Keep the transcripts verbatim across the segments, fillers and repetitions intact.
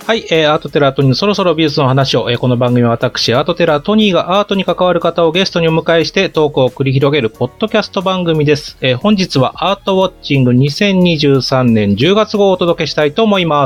はい、えー、アートテラートニーのそろそろ美術の話を、えー、この番組は私、アートテラートニーがアートに関わる方をゲストにお迎えしてトークを繰り広げるポッドキャスト番組です。えー、本日はアートウォッチングにせんにじゅうさんねんじゅうがつ号をお届けしたいと思います。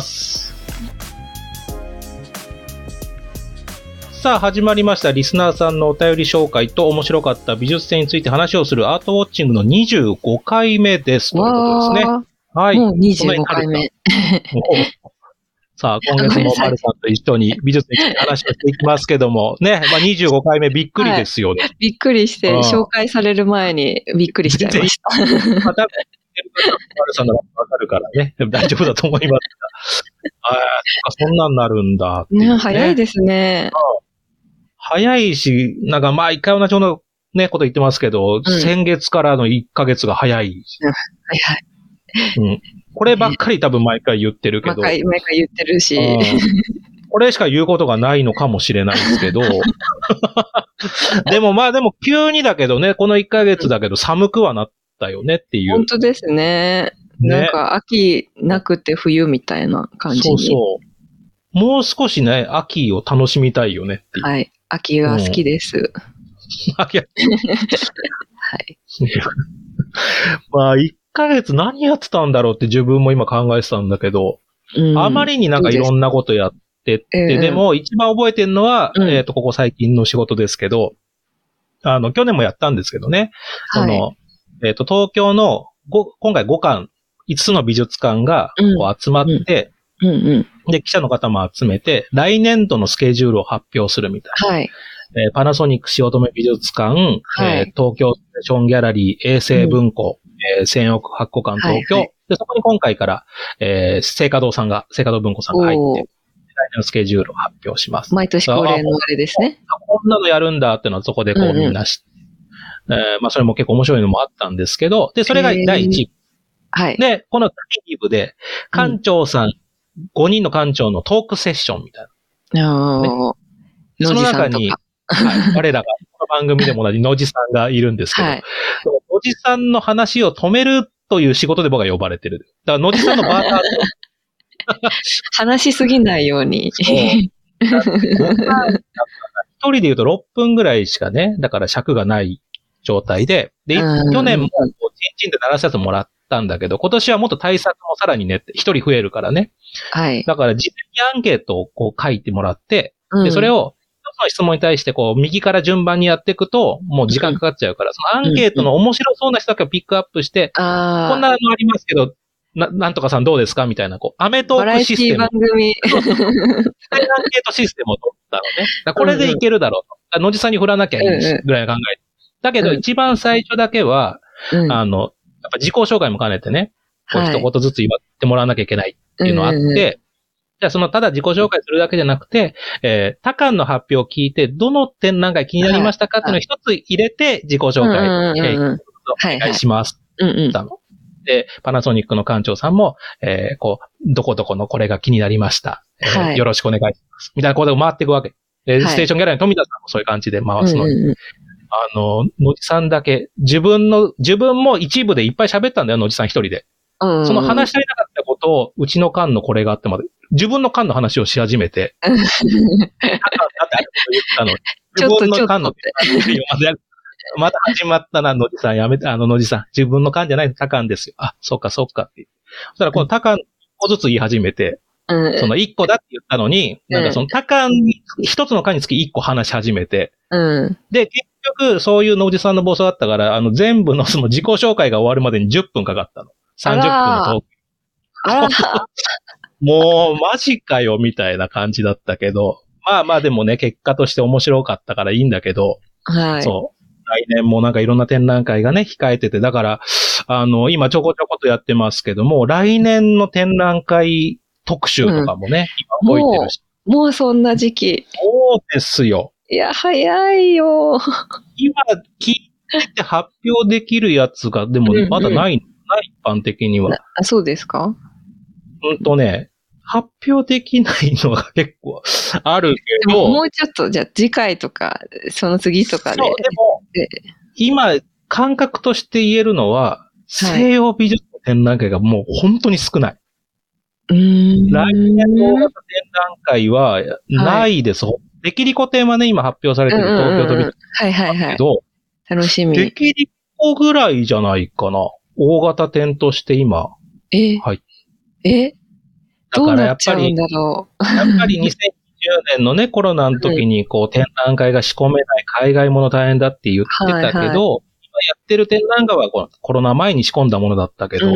さあ始まりましたリスナーさんのお便り紹介と面白かった美術展について話をするアートウォッチングのにじゅうごかいめですということですね。はい。 もうにじゅうごかいめ。 さあ、今月も丸さんと一緒に美術について話をしていきますけども、ね、まあ、にじゅうごかいめびっくりですよね。 はい、びっくりして、紹介される前にびっくりしちゃいました。 まあ、多分、丸さんならわかるからね、大丈夫だと思いますが。ああ、そんなんなるんだ、ね。 ね、早いですね。 早いし、なんかまあ一回同じようなね、こと言ってますけど、うん、先月からのいっかげつが早い。 うん、早い。 うん。こればっかり多分毎回言ってるけど。 毎回、毎回言ってるし。 これしか言うことがないのかもしれないですけど。でもまあでも急にだけどね、このいっかげつだけど寒くはなったよねっていう。 本当ですね。ね、なんか秋なくて冬みたいな感じに。 そうそう。もう少しね、秋を楽しみたいよねっていう。 はい。秋が好きです。うん、 秋は。 はい。 まあ、いっかげつ何やってたんだろうって自分も今考えてたんだけど、うん、あまりになんかいろんなことやってって、で, でも一番覚えてるのは、うん、えっと、ここ最近の仕事ですけど、あの、去年もやったんですけどね、はい、その、えっと、東京のご今回ごかん、いつつの美術館がこう集まって、 うんうんうん、 で、記者の方も集めて、来年度のスケジュールを発表するみたいな。 はい。 えー、パナソニック汐留美術館、はい、えー、東京ステーションギャラリー、衛星文庫、うん、えー、千億発庫館東京、はいはい、で、そこに今回から、えー、聖華堂さんが、聖華堂文庫さんが入って、来年のスケジュールを発表します。 毎年恒例のあれですね。 こんなのやるんだっていうのはそこでこうみんな知って、うんうん、えー、まあそれも結構面白いのもあったんですけど、で、それがだいいち部。 はい。 で、このだいに部で、館長さん、うん、ごにんの館長のトークセッションみたいな。 ね、 その中に、はい、我らが、この番組でも同じ野地さんがいるんですけど、はい、野地さんの話を止めるという仕事で僕は呼ばれてる。だから野地さんのバーター話しすぎないように。 そう。一人で言うとろっぷんぐらいしかね、だから尺がない状態で、で、去年もチンチンで鳴らすやつもらったんだけど、今年はもっと対策もさらにねって、一人増えるからね。 はい。 だから事前にアンケートをこう書いてもらって、で、それを、一つの質問に対してこう、右から順番にやっていくと、もう時間かかっちゃうから、そのアンケートの面白そうな人だけをピックアップして、こんなのありますけど、な、なんとかさんどうですかみたいな、こう、アメトークシステム。 バラエティ番組。 アンケートシステムを取ったのね。だこれでいけるだろうと。野地さんに振らなきゃいいし、ぐらい考えて。だけど、一番最初だけは、うん、あの、やっぱ自己紹介も兼ねてね、こう一言ずつ言ってもらわなきゃいけないっていうのがあって、はい、じゃあその、ただ自己紹介するだけじゃなくて、えー、他館の発表を聞いて、どの展覧会気になりましたかっていうのを一つ入れて、自己紹介、お願いします。で、パナソニックの館長さんも、えー、こう、どこどこのこれが気になりました。えーはい、よろしくお願いします。みたいなことを回っていくわけ。えーはい、ステーションギャラリーの富田さんもそういう感じで回すのに。うんうんうん、あの、野地さんだけ、自分の、自分も一部でいっぱい喋ったんだよ、野地さん一人で。うんうん、その話し足りなかったことを、うちの館のこれがあってまで、自分の館の話をし始めて。だってあれ言ったの。自分の館のまた始まったな、野地さんやめて、あの野地さん。自分の館じゃない、他館ですよ。あ、そっかそっかって。そしたらこの他館一個ずつ言い始めて、うん、その一個だって言ったのに、うん、なんかその他館に、一つの館につき一個話し始めて、うん、で、結局そういう野地さんの暴走だったから、あの全部のその自己紹介が終わるまでにじゅっぷんかかったの。さんじゅっぷんのトーク。 あらもう、マジかよ、みたいな感じだったけど、まあまあでもね、結果として面白かったからいいんだけど、 はい。 そう。来年もなんかいろんな展覧会がね、控えてて、だから、あの、今ちょこちょことやってますけども、来年の展覧会特集とかもね、うん、今動いてるしもう。もうそんな時期。 そうですよ。 いや、早いよ。 今、聞いてて発表できるやつが、でもまだない、うんうん、ない一般的には。 あ、そうですか？ うんとね、発表できないのが結構あるけど。 も, もうちょっと、じゃあ次回とか、その次とかで。 そう、でも、今、感覚として言えるのは、西洋美術の展覧会がもう本当に少ない。 うーん。 来年の大型展覧会はないです。はい、デキリコ展はね、今発表されてる東京都立はいはいはい。 けど、 楽しみ。 デキリコぐらいじゃないかな。大型展として今。 えはい。 えだからやっぱり、 やっぱりにせんにじゅうねんのね、コロナの時にこう展覧会が仕込めない海外もの大変だって言ってたけど、はいはい、今やってる展覧会はコロナ前に仕込んだものだったけど、 うんうん、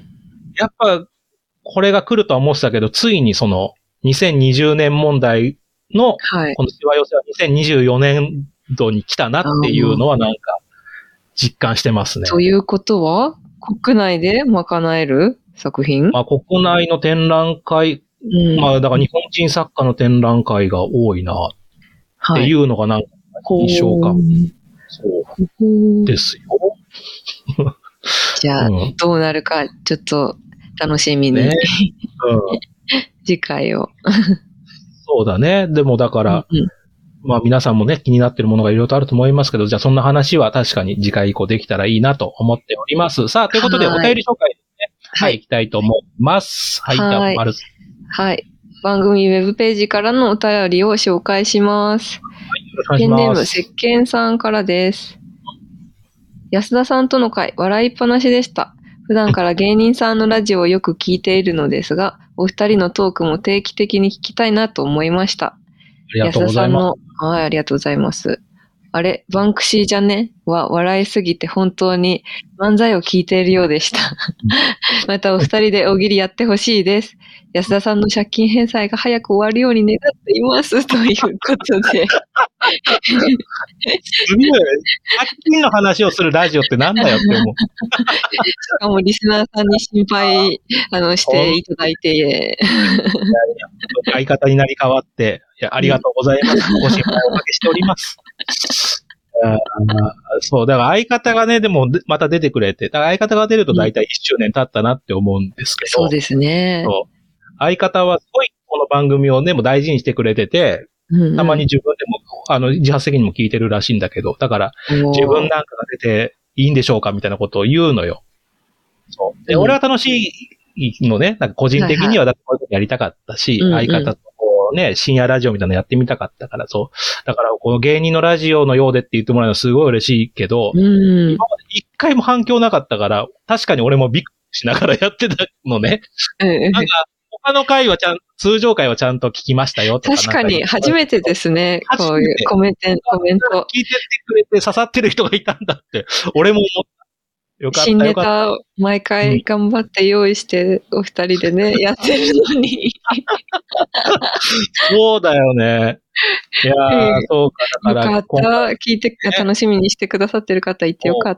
やっぱこれが来るとは思ってたけど、ついにそのにせんにじゅうねん問題の、このしわ寄せはにせんにじゅうよねん度に来たなっていうのはなんか実感してますね。 ということは国内で賄える作品？ まあ国内の展覧会、うん、まあだから日本人作家の展覧会が多いなっていうのがなんか印象かも。はい、そうですよ。 じゃあ、うん、どうなるかちょっと楽しみに、ね、うん、次回を。 そうだね。でもだから、うんうん、まあ皆さんもね、気になってるものがいろいろとあると思いますけど、じゃあそんな話は確かに次回以降できたらいいなと思っております。さあ、ということでお便り紹介ですね。はい。はい、行きたいと思います。はい。はい、じゃあ、まる。 はい。番組ウェブページからのお便りを紹介します。 はい、よろしくお願いします。 ペンネーム、石鹸さんからです。安田さんとの会、笑いっぱなしでした。普段から芸人さんのラジオをよく聞いているのですが、お二人のトークも定期的に聞きたいなと思いました。 ありがとうございます。 安田さんの、はい、ありがとうございます。あれ、バンクシーじゃねは笑いすぎて本当に漫才を聞いているようでした。またお二人で大喜利やってほしいです。安田さんの借金返済が早く終わるように願っています。ということで。 すごい。借金の話をするラジオってなんだよって思う。 しかもリスナーさんに心配あのしていただいて。いやいや相方になり変わって、いや、ありがとうございます。ご心配おかけしております。あそう、だから相方がね、でもまた出てくれて、だから相方が出ると大体いっしゅうねん経ったなって思うんですけど。 そうですね。 そう相方はすごいこの番組をね、もう大事にしてくれてて、うんうん、たまに自分でも、あの、自発的にも聞いてるらしいんだけど、だから自分なんかが出ていいんでしょうかみたいなことを言うのよ。そうで、うん、俺は楽しいのね、なんか個人的にはだってこういうことやりたかったし、はいはい、相方とこうね、深夜ラジオみたいなのやってみたかったから、そう。だからこの芸人のラジオのようでって言ってもらうのはすごい嬉しいけど、うん、今まで一回も反響なかったから、確かに俺もびっくりしながらやってたのね。なんか他の回はちゃん、通常回はちゃんと聞きましたよとか。 確かに、初めてですね。こういうコメント、コメント。 聞いてってくれて刺さってる人がいたんだって、俺も思った。よかった。 新ネタを毎回頑張って用意して、お二人でね、うん、やってるのに。 そうだよね。いやー、えー、そうか。だから。 よかった。聞いて、ね、楽しみにしてくださってる方いてよかった。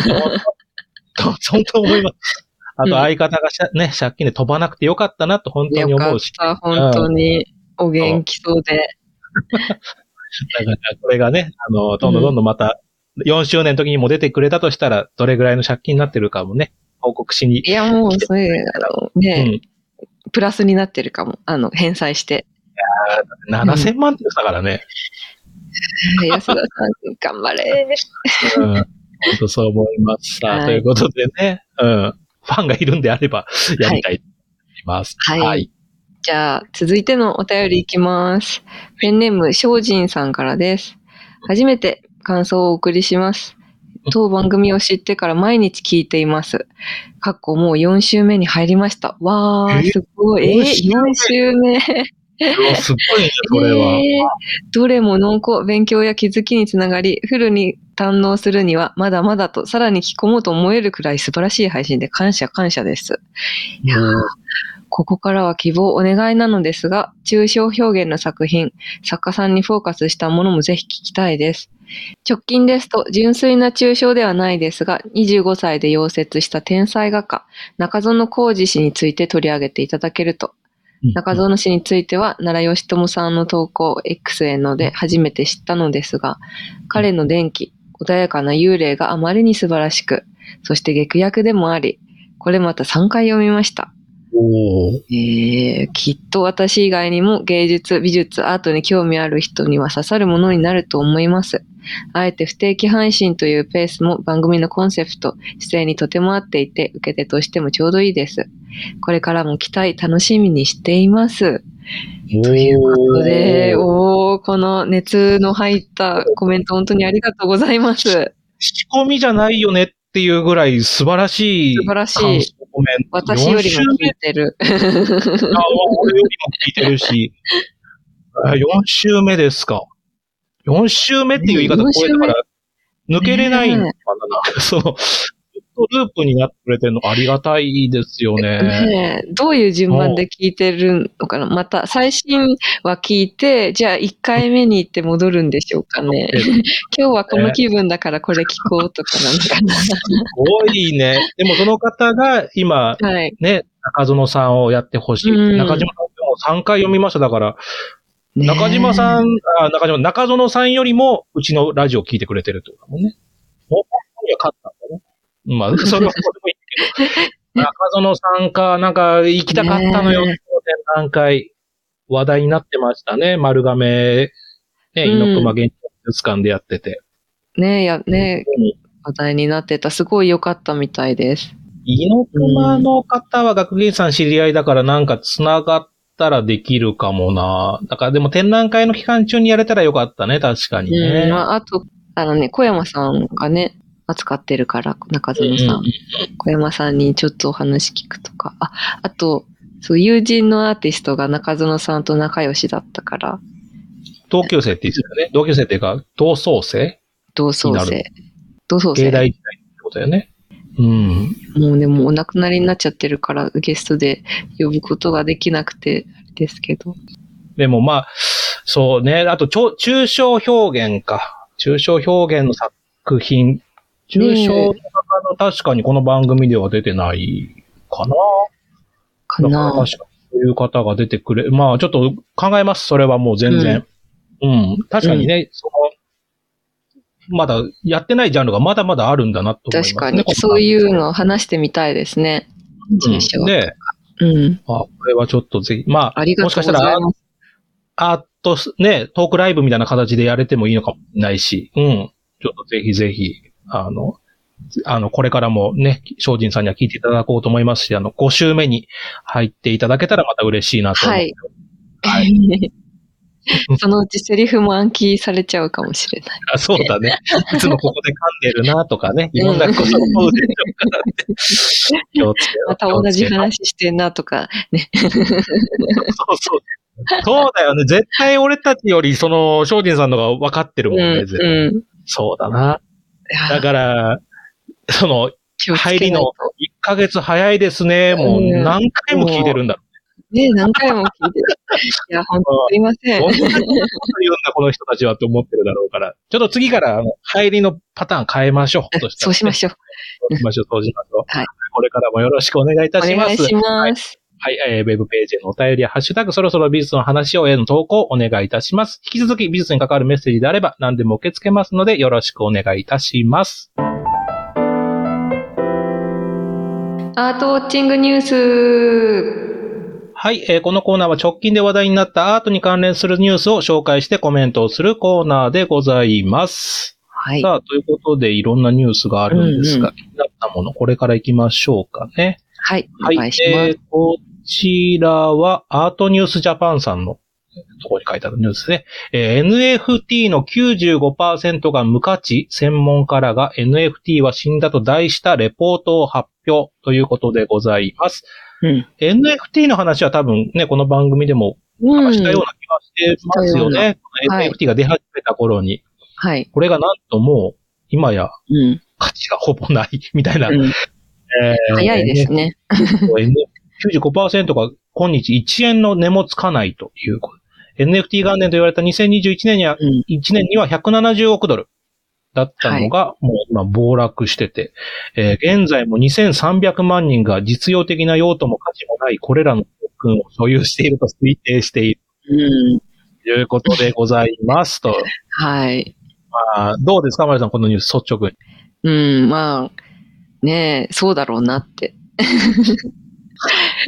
本当思います。あと相方がしゃ、うん、ね、借金で飛ばなくてよかったなと本当に思うし。 よかった、本当に。お元気そうで。 だからこれがね、あの、どんどんどんどんまた、よんしゅうねんの時にも出てくれたとしたら、どれぐらいの借金になってるかもね、報告しに。 いや、もう、それ、あの、ね、うん、プラスになってるかも。あの、返済して。 いやー、ななせんまんって言ったからね。 うん、安田さん、頑張れ。 うん。本当そう思いますさあ、はい、ということでね、うん。ファンがいるんであれば、やりたいと思います。 はい。はい、じゃあ、続いてのお便りいきます。ペンネーム、精進さんからです。初めて感想をお送りします。当番組を知ってから毎日聞いています。かっこもうよん週目に入りました。わー、すごい。えー、よん週目。 すごいね、それは、えー。 どれも濃厚、勉強や気づきにつながり、フルに堪能するには、まだまだと、さらに聞き込もうと思えるくらい素晴らしい配信で感謝感謝です。いやここからは希望お願いなのですが、抽象表現の作品、作家さんにフォーカスしたものもぜひ聞きたいです。直近ですと、純粋な抽象ではないですが、にじゅうごさいで溶接した天才画家、中園浩二氏について取り上げていただけると、中園氏については奈良義朝さんの投稿 X へので初めて知ったのですが、彼の伝記、穏やかな幽霊があまりに素晴らしく、そして劇薬でもあり、これまたさんかい読みました。 おえー、きっと私以外にも芸術、美術、アートに興味ある人には刺さるものになると思います。あえて不定期配信というペースも番組のコンセプト、姿勢にとても合っていて、受け手としてもちょうどいいです。これからも期待、楽しみにしています。ということで、おー、この熱の入ったコメント本当にありがとうございます。 仕込みじゃないよねっていうぐらい素晴らしい素晴らしい。 コメント。 私よりも聞いてる。 あ、俺よりも聞いてるし。よん週目ですか。よん週目っていう言い方、これだから抜けれないのかな。その、ループになってくれてるのありがたいですよね。 ねえ、どういう順番で聞いてるのかな。また、最新は聞いて、じゃあいっかいめに行って戻るんでしょうかね。今日はこの気分だからこれ聞こうとかなのかな。すごいね。でもその方が今、はい、ね、中園さんをやってほしい。うん、中島さんもさんかい読みました。だから、ね、中島さん、あ、中島、中園さんよりもうちのラジオ聞いてくれてるってことだもんね。もう、には勝ったんだね。まあ、それはそうでもいいけど。中園さんか、なんか行きたかったのよ。展覧会、話題になってましたね。丸亀、ね、猪熊現地美術館でやってて。 ねえ、や、ねえ、うん、話題になってた。すごい良かったみたいです。 猪熊の方は学芸員さん知り合いだからなんか繋がったらできるかもな。だからでも展覧会の期間中にやれたらよかったね、確かにね。 うん、あと、あのね、小山さんがね、扱ってるから、中園さん、うん。小山さんにちょっとお話聞くとか。あ、あと、そう、友人のアーティストが中園さんと仲良しだったから。 同級生って言ってたよね。同級生っていうか、同窓生同窓生。同窓生。 芸大時代ってことだよね。うん。 もうでもお亡くなりになっちゃってるからゲストで呼ぶことができなくてですけど。 でもまあ、そうね。あと、抽象表現か。抽象表現の作品。抽象の方の確かにこの番組では出てないかな。 かな。 だから確かにそういう方が出てくれ。まあちょっと考えます。それはもう全然。うん。うん、確かにね、うん、その、まだやってないジャンルがまだまだあるんだなと思いますね。 確かに。そういうのを話してみたいですね。 抽象。で、うん。あ、これはちょっとぜひ、まあ、 ありがとうございます。 もしかしたら、アート、ね、トークライブみたいな形でやれてもいいのかもしれないし、うん。ちょっとぜひぜひ、あの、あの、これからもね、精進さんには聞いていただこうと思いますし、あの、ご週目に入っていただけたらまた嬉しいなと思って。 はい。はいそのうちセリフも暗記されちゃうかもしれない。 あ、そうだね。いつもここで噛んでるなとかね、いろんなことを思うでしょうからって。気をつけよう。 また同じ話してんなとかね。 そうそう。そうだよね。絶対俺たちよりその、精進さんのが分かってるもんね、うん絶対うん、そうだな。だから、その、入りのいっかげつ早いですね。もう何回も聞いてるんだろう。 ねえ、何回も聞いてる。いや、本当すいません。 どんなこと言うんだ、この人たちはって思ってるだろうから。ちょっと次から、あの、入りのパターン変えましょう。 そうしましょう。 そうしましょう、そうしましょう。 はい。 これからもよろしくお願いいたします。お願いします。 はい、はい、えー、ウェブページへのお便りやハッシュタグ、そろそろ美術の話をへの投稿お願いいたします。引き続き美術に関わるメッセージであれば何でも受け付けますので、よろしくお願いいたします。 アートウォッチングニュース。 はい、えー、このコーナーは直近で話題になったアートに関連するニュースを紹介してコメントをするコーナーでございます。 はい。 さあ、ということでいろんなニュースがあるんですが、うんうん、気になったもの、これから行きましょうかね。 はい、お願いします。 はい、えー、こちらはアートニュースジャパンさんのところに書いてあるニュースですね。えー、エヌエフティー の きゅうじゅうごパーセント が無価値、専門家らが エヌエフティー は死んだと題したレポートを発表ということでございます。うん、エヌエフティー の話は多分ね、この番組でも話したような気がしてますよね。うん、エヌエフティー が出始めた頃に。 はい。 これがなんともう、今や価値がほぼないみたいな。うん、えー、 早いですね。 きゅうじゅうごパーセント が今日いちえんの値もつかないということ。エヌエフティー 元年と言われたにせんにじゅういちねんには、うん、いちねんにはひゃくななじゅうおくドルだったのが、はい、もう今暴落してて、えー、現在もにせんさんびゃくまんにんが実用的な用途も価値もないこれらのトークンを所有していると推定している。うん。ということでございますと。 はい。 まあ、どうですか、マリさん、このニュース率直に。 うん、まあ、ねえ、そうだろうなって。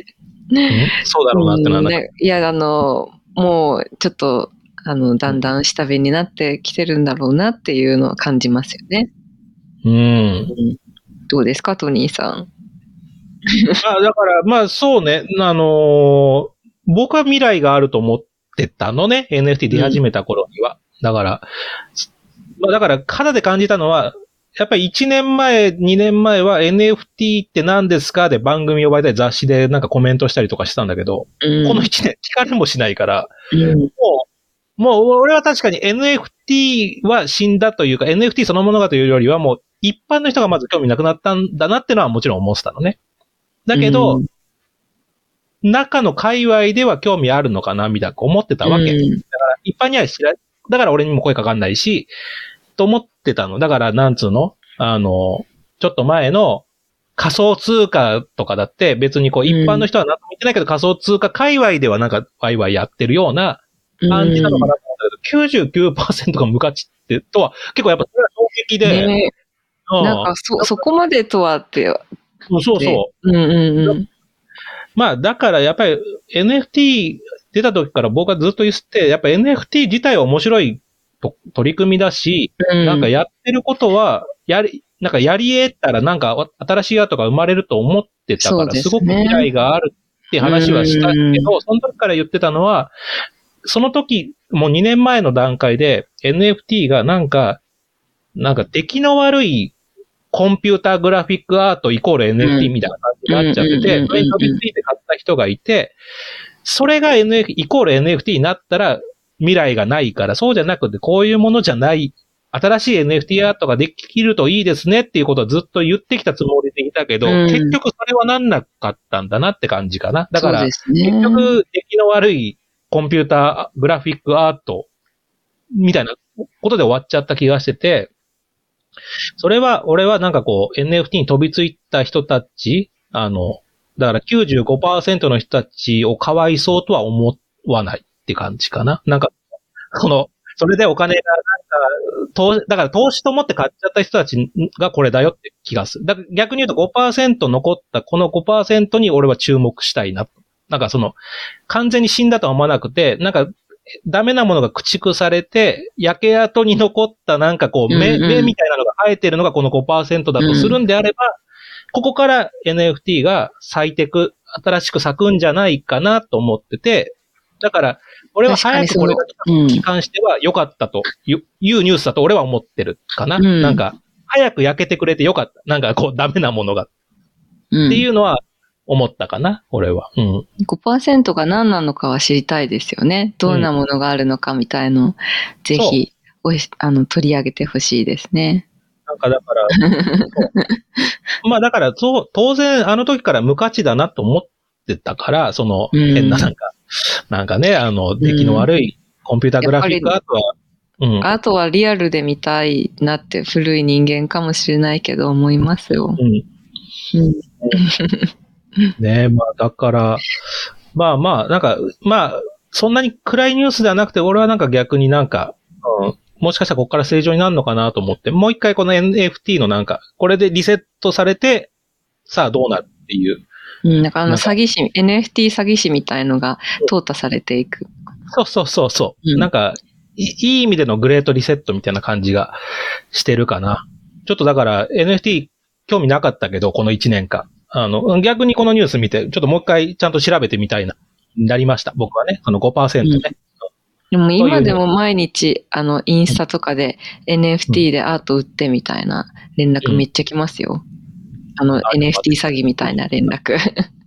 そうだろうなってなんだ、 ね、いや、あの、もうちょっと、あの、だんだん下火になってきてるんだろうなっていうのは感じますよね。 うん。うん、 どうですか、トニーさん。 まあ、だから、まあ、そうね。あのー、僕は未来があると思ってたのね。エヌエフティー 出始めた頃には。うん、だから、まあ、だから、肌で感じたのは、やっぱりいちねんまえ、にねんまえは エヌエフティー って何ですかで番組呼ばれたり雑誌でなんかコメントしたりとかしてたんだけど、うん、このいちねん聞かれもしないから、うん、もう、もう俺は確かに エヌエフティー は死んだというか、エヌエフティー そのものがというよりはもう一般の人がまず興味なくなったんだなってのはもちろん思ってたのね。だけど、うん、中の界隈では興味あるのかなみたいな思ってたわけ。うん、だから一般には知ら、だから俺にも声かかんないし、と思ってたの。だから、なんつうのあの、ちょっと前の仮想通貨とかだって別にこう一般の人は何とも言ってないけど、うん、仮想通貨界隈ではなんかワイワイやってるような感じなのかなと思ったけど、うん、きゅうじゅうきゅうパーセント が無価値ってとは結構やっぱそれは衝撃で。 ね、うん、なんかそ、そこまでとはって。 そうそうそう。 うんうんうん、 まあだからやっぱり エヌエフティー 出た時から僕はずっと言って、やっぱ エヌエフティー 自体は面白い取り組みだし、うん、なんかやってることは、やり、なんかやり得たらなんか新しいアートが生まれると思ってたから、すごく未来があるって話はしたけど、その時から言ってたのは、その時、もうにねんまえの段階で エヌエフティー がなんか、なんか出来の悪いコンピューターグラフィックアートイコール エヌエフティー みたいな感じになっちゃってて、それに飛びついて買った人がいて、それが エヌエフ、イコール エヌエフティー になったら、未来がないから、そうじゃなくて、こういうものじゃない、新しい エヌエフティー アートができるといいですねっていうことをずっと言ってきたつもりでいたけど、うん、結局それはなんなかったんだなって感じかな。だから、ね、結局、出来の悪いコンピューターグラフィックアートみたいなことで終わっちゃった気がしてて、それは、俺はなんかこう、エヌエフティー に飛びついた人たち、あの、だから きゅうじゅうごパーセント の人たちをかわいそうとは思わないって感じかな。なんか、この、それでお金がなんか、投だから投資と思って買っちゃった人たちがこれだよって気がする。だから逆に言うと ごパーセント 残ったこの ごパーセント に俺は注目したいな。なんかその、完全に死んだとは思わなくて、なんか、ダメなものが駆逐されて、焼け跡に残ったなんかこう、目、うんうん、目みたいなのが生えてるのがこの ごパーセント だとするんであれば、うん、ここから エヌエフティー が咲いてく、新しく咲くんじゃないかなと思ってて、だから、俺は早くこれが来たことに関しては良かったというニュースだと俺は思ってるかな。うん、なんか、早く焼けてくれて良かった。なんかこう、ダメなものが。うん、っていうのは思ったかな、俺は。うん、 ごパーセント が何なのかは知りたいですよね。どんなものがあるのかみたいのを、ぜひおいあの取り上げてほしいですね。 なんかだから、まあだからそう、当然あの時から無価値だなと思ってたから、その変ななんか、うん、なんかね、あの、出来の悪いコンピュータグラフィックアートは、 うん、アートはリアルで見たいなって古い人間かもしれないけど思いますよ。うん。うんねえ、まあだから、まあまあ、なんか、まあ、そんなに暗いニュースではなくて、俺はなんか逆になんか、うん、もしかしたらここから正常になるのかなと思って、もう一回この エヌエフティー のなんか、これでリセットされて、さあどうなるっていう。 うん、なんかあの詐欺師、エヌエフティー 詐欺師みたいのが淘汰されていく。 そうそうそうそう。うん、なんかい、いい意味でのグレートリセットみたいな感じがしてるかな。ちょっとだから エヌエフティー 興味なかったけど、このいちねんかん。あの、逆にこのニュース見て、ちょっともう一回ちゃんと調べてみたいな、なりました。僕はね、あの ごパーセント ね。うん、 でも今でも毎日、あの、インスタとかで エヌエフティー でアート売ってみたいな連絡めっちゃ来ますよ。うん、あの、エヌエフティー 詐欺みたいな連絡。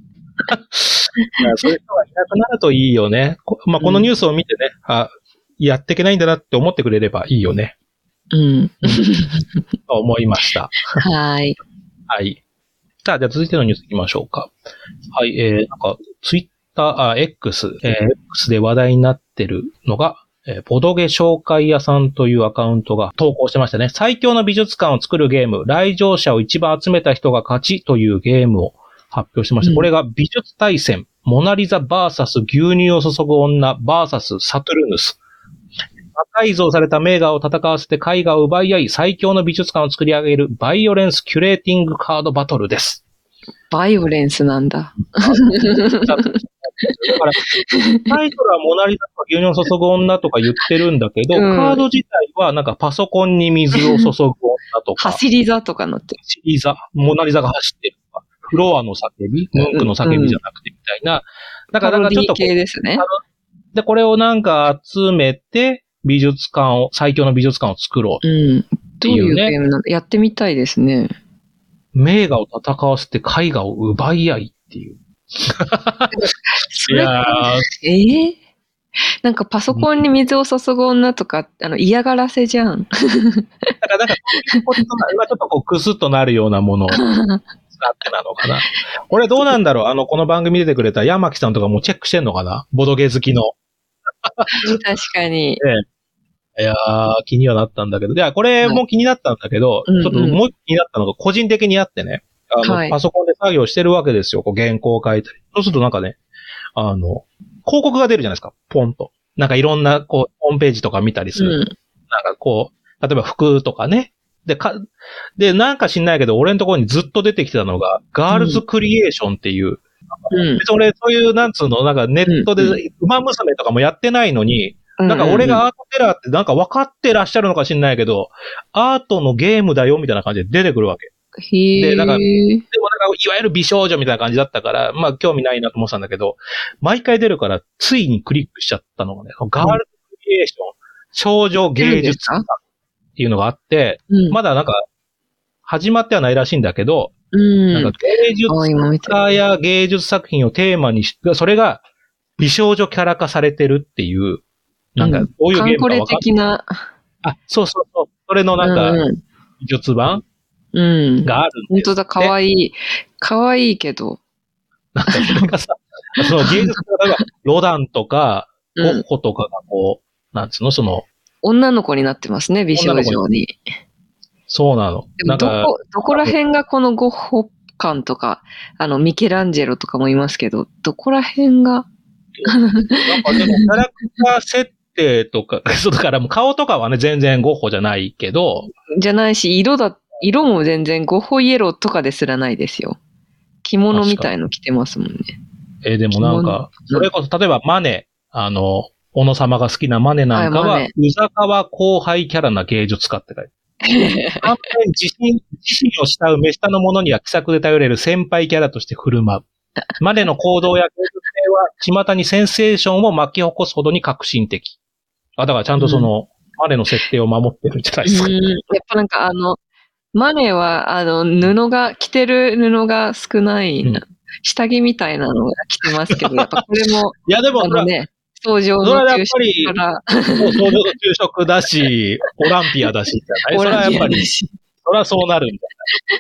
そういう人がいなくなるといいよね。まあ、このニュースを見てね、うん、あ、やっていけないんだなって思ってくれればいいよね。 うん。 と思いました。 はい。 はい。さあ、じゃあ続いてのニュース行きましょうか。はい、えー、なんか、ツイッター、あ、X、えー、X で話題になってるのが、えー、ボドゲ紹介屋さんというアカウントが投稿してましたね。最強の美術館を作るゲーム、来場者を一番集めた人が勝ちというゲームを発表してました。うん、これが美術大戦、モナリザ ブイエス 牛乳を注ぐ女 ブイエス サトゥルヌス。魔改造された名画を戦わせて絵画を奪い合い、最強の美術館を作り上げるバイオレンスキュレーティングカードバトルです。 バイオレンスなんだ。 だから、タイトルはモナリザとか牛乳を注ぐ女とか言ってるんだけど、うん、カード自体はなんかパソコンに水を注ぐ女とか。 走り座とかなってる。 走り座。モナリザが走ってるとか。フロアの叫び、ムンクの叫びじゃなくてみたいな。だからなんかちょっと。 系ですね。 で、これをなんか集めて、美術館を、最強の美術館を作ろうっていうね。うん、 どういうゲームなの？やってみたいですね。 名画を戦わせて絵画を奪い合いっていう。 いやーえー、なんかパソコンに水を注ぐ女とか、あの嫌がらせじゃん。だからなんか、今ちょっとこうクスッとなるようなものを使ってなのかな。これどうなんだろうあの、この番組出てくれた山木さんとかもチェックしてんのかなボドゲ好きの。 確かに。 ええ、いやー、気にはなったんだけど。いや、これも気になったんだけど、はい、ちょっともう一個気になったのが個人的にあってね。あの、はい、パソコンで作業してるわけですよ。こう原稿を書いたり。そうするとなんかね、あの、広告が出るじゃないですか。ポンと。なんかいろんな、こう、ホームページとか見たりする。うん、なんかこう、例えば服とかね。で、か、で、なんか知んないけど、俺のところにずっと出てきてたのが、ガールズクリエーションっていう。うん、別に俺、そういう、なんつうの、なんかネットで、馬娘とかもやってないのに、なんか俺がアートテラーってなんか分かってらっしゃるのか知んないけど、アートのゲームだよみたいな感じで出てくるわけ。 へで、なんか、でもなんか、いわゆる美少女みたいな感じだったから、まあ興味ないなと思ってたんだけど、毎回出るから、ついにクリックしちゃったのがね、ガールズクリエーション、少女芸術家っていうのがあって、うん、まだなんか、始まってはないらしいんだけど、うん、なんか芸術家や芸術作品をテーマにし、それが美少女キャラ化されてるっていう、なんか、どういうゲームか分かんない。 カンコレ的な。 あ、そうそうそう。それのなんか、美術版うん。 があるんです、ね。 本当だ、かわいい。かわいいけど。 なんかそれがさ、その芸術家が、ロダンとか、ゴッホとかがこう、なんつうの、その。 女の子になってますね、美少女に。 そうなの。 なんかどこ、どこら辺がこのゴッホ感とか、あの、ミケランジェロとかもいますけど、どこら辺がなんかでも、キャラクター設定とか、そうだからもう顔とかはね、全然ゴッホじゃないけど。 じゃないし、色だ、色も全然ゴッホイエローとかですらないですよ。着物みたいの着てますもんね。 えー、でもなんか、それこそ、例えばマネ、あの、小野様が好きなマネなんかは、はい、宇佐川後輩キャラな芸術家って書いてある。反面自身、自身を慕う目下の者には気さくで頼れる先輩キャラとして振る舞う。マネの行動や芸術性は、巷にセンセーションを巻き起こすほどに革新的。あ、だからちゃんとその、うん、マネの設定を守ってるんじゃないですか。 うん、やっぱなんかあの、マネは、あの、布が、着てる布が少ない、うん、下着みたいなのが着てますけど、やっぱこれも、 いやでも、 あのね、登場の昼食から。 登場の昼食だし、オランピアだし、じゃないそれはやっぱり、それはそうなるんだ。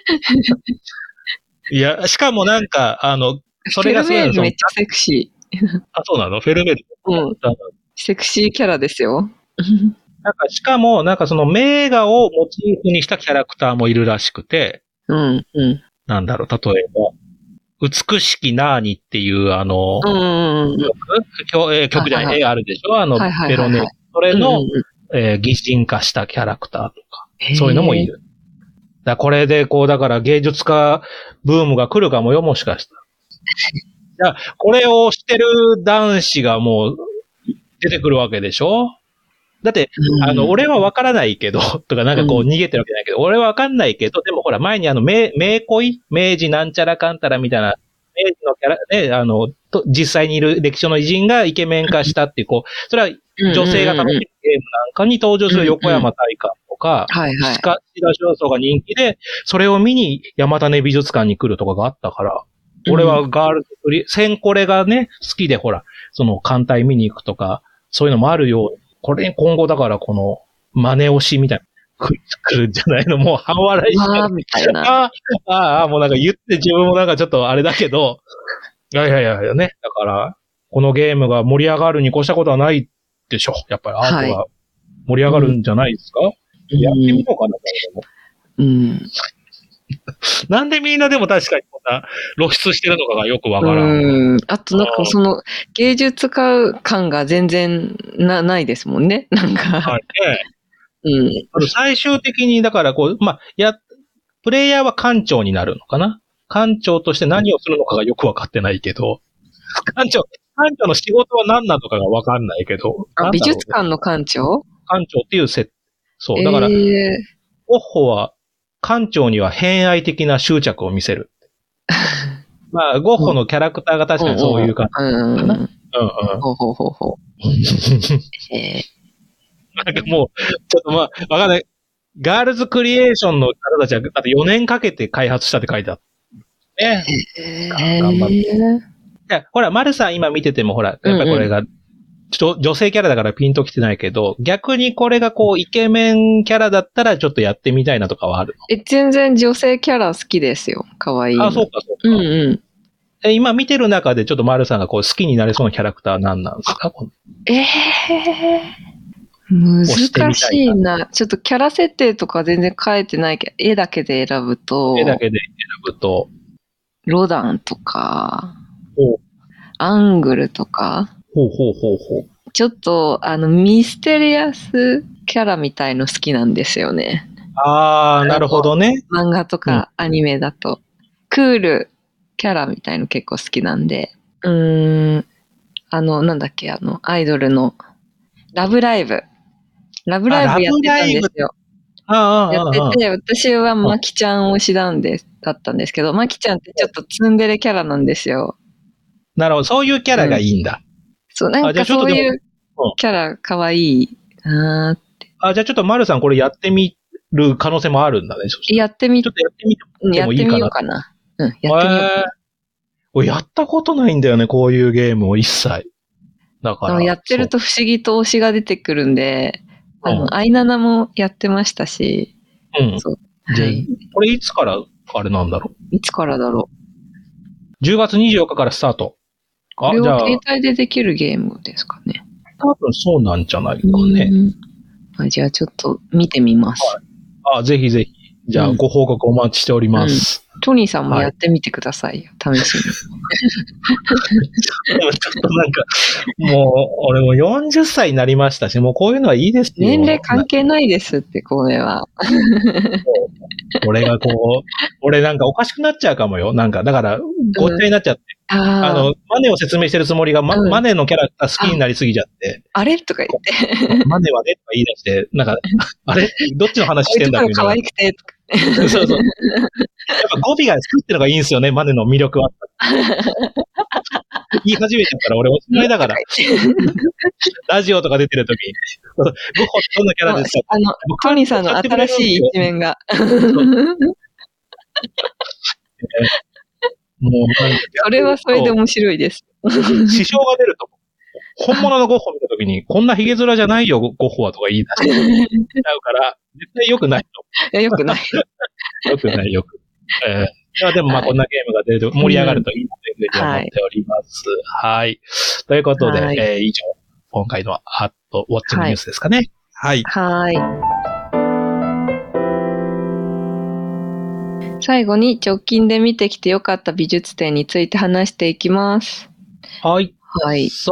いや、しかもなんか、あの、それがフェルメールめっちゃセクシー。あ、そうなのフェルメール。 うん。セクシーキャラですよ。 なんか、しかも、なんかその名画をモチーフにしたキャラクターもいるらしくて、 うん、うん。 なんだろう、例えば、美しきナーニっていう、あの、 うんうんうん、 曲、えー、曲じゃない、絵あるでしょあの、ベロネ。それの、うんうん、えー、擬人化したキャラクターとか、そういうのもいる。だこれで、こう、だから芸術家ブームが来るかもよ、もしかしたら。いや、これをしてる男子がもう出てくるわけでしょだって、あの、俺はわからないけど、とかなんかこう逃げてるわけじゃないけど、俺はわかんないけど、でもほら、前にあの、名、名恋明治なんちゃらかんたらみたいな、明治のキャラ、ね、あの、と実際にいる歴史の偉人がイケメン化したっていう、こう、それは女性が楽しむゲームなんかに登場する横山大観とか、 はいはい。 石田正宗が人気で、それを見に山種美術館に来るとかがあったから、俺はガールズクリ、センコレがね、好きでほら、その艦隊見に行くとか、そういうのもあるように、これ今後だからこの真似推しみたいな、来るんじゃないのもう半笑いしてる。 ああ、みたいな。 ああ、ああ、もうなんか言って自分もなんかちょっとあれだけど、いやいやいやいやね。だから、このゲームが盛り上がるに越したことはないでしょ。やっぱりアートが盛り上がるんじゃないですか、はい、やってみようかな、 うん。 なんでみんなでも確かにこんな露出してるのかがよくわからん。 うん。あとなんかその芸術家感が全然な、ないですもんね。なんか。 はいね。 うん。 あと最終的にだからこう、まあ、や、プレイヤーは館長になるのかな館長として何をするのかがよくわかってないけど、館長、館長の仕事は何なのかがわかんないけど。 あ、美術館の館長？ 館長っていう設定。そう。だから、えー、ゴッホは館長には偏愛的な執着を見せる。まあ、ゴッホのキャラクターが確かにそういう感じかな。うんうん。うんうん。 ほうほうほうほう。 えー、なんかもう、ちょっとまあ、わかんない。ガールズクリエーションの方たちは、あとよねんかけて開発したって書いてあった。ね。えー、頑張って。いや、ほら、マルさん今見ててもほら、やっぱりこれが、うんうん、ちょ女性キャラだからピンときてないけど、逆にこれがこう、イケメンキャラだったらちょっとやってみたいなとかはあるの？ え、全然女性キャラ好きですよ。かわいい。 あ、そうか、そうか。 うんうん。 え、今見てる中でちょっとマルさんがこう好きになれそうなキャラクターは何なんですか？ ええー、難しいな。ちょっとキャラ設定とか全然変えてないけど、絵だけで選ぶと。 絵だけで選ぶと。 ロダンとか。アングルとか。 ほうほうほうほう。 ちょっと、あの、ミステリアスキャラみたいの好きなんですよね。 ああ、なるほどね。 漫画とかアニメだと。うん、クールキャラみたいの結構好きなんで。うーん。あの、なんだっけ、あの、アイドルの、ラブライブ。ラブライブやってたんですよ。 ああ、 やってて、私はマキちゃん推しなんで、だったんですけど、マキちゃんってちょっとツンデレキャラなんですよ。 なるほど、そういうキャラがいいんだ。 うん、そう、なんかそういうキャラかわいいなーって。 あ、じゃあちょっとマルさんこれやってみる可能性もあるんだね。 やってみ、 ちょっとやってみてもいいかな。 やってみようかな。うん、やってみようかな。 えー、やったことないんだよね、こういうゲームを一切。だから。 やってると不思議と推しが出てくるんで、あの、アイナナもやってましたし。 うん。そう。はい。これいつからあれなんだろう？ いつからだろう？ じゅうがつにじゅうよっかからスタート。 あ、じゃあ。携帯でできるゲームですかね。 多分そうなんじゃないかね。 あ、じゃあちょっと見てみます。 はい、あ、ぜひぜひ。じゃあ、ご報告お待ちしております。 うんうん、トニーさんもやってみてくださいよ、はい、試しに。ちょっとなんか、もう、俺もよんじゅっさいになりましたし、もうこういうのはいいですよ。 年齢関係ないですって、これは。 俺がこう、俺なんかおかしくなっちゃうかもよ。なんか、だから、ごっちゃになっちゃって。うん、あ, あの、マネを説明してるつもりが、まうん、マネのキャラが好きになりすぎちゃって。 あ, あれとか言って。 マネはねとか言い出して、なんか、あれどっちの話してんだっけ可愛くてとか。 そうそう。やっぱ語尾が好きってのがいいんですよね、マネの魅力は。言い始めちゃったら俺おしまいだから。ラジオとか出てるときに、ゴッホってどんなキャラですか？ あの、トニーさんの新しい一面が。もうなんかそれはそれで面白いです。 支障が出ると。本物のゴッホ見たときに、こんなヒゲ面じゃないよ、ゴッホはとか言い出しちゃうから、絶対良くないと。良くない。 良くない、よく。えー、でもまあこんなゲームが出ると盛り上がるといいなというふうに思っております。はい。はい、ということで、はい、えー、以上、今回のハットウォッチングニュースですかね。はい。 はい。最後に直近で見てきてよかった美術展について話していきます。 はい。 はい。 そう、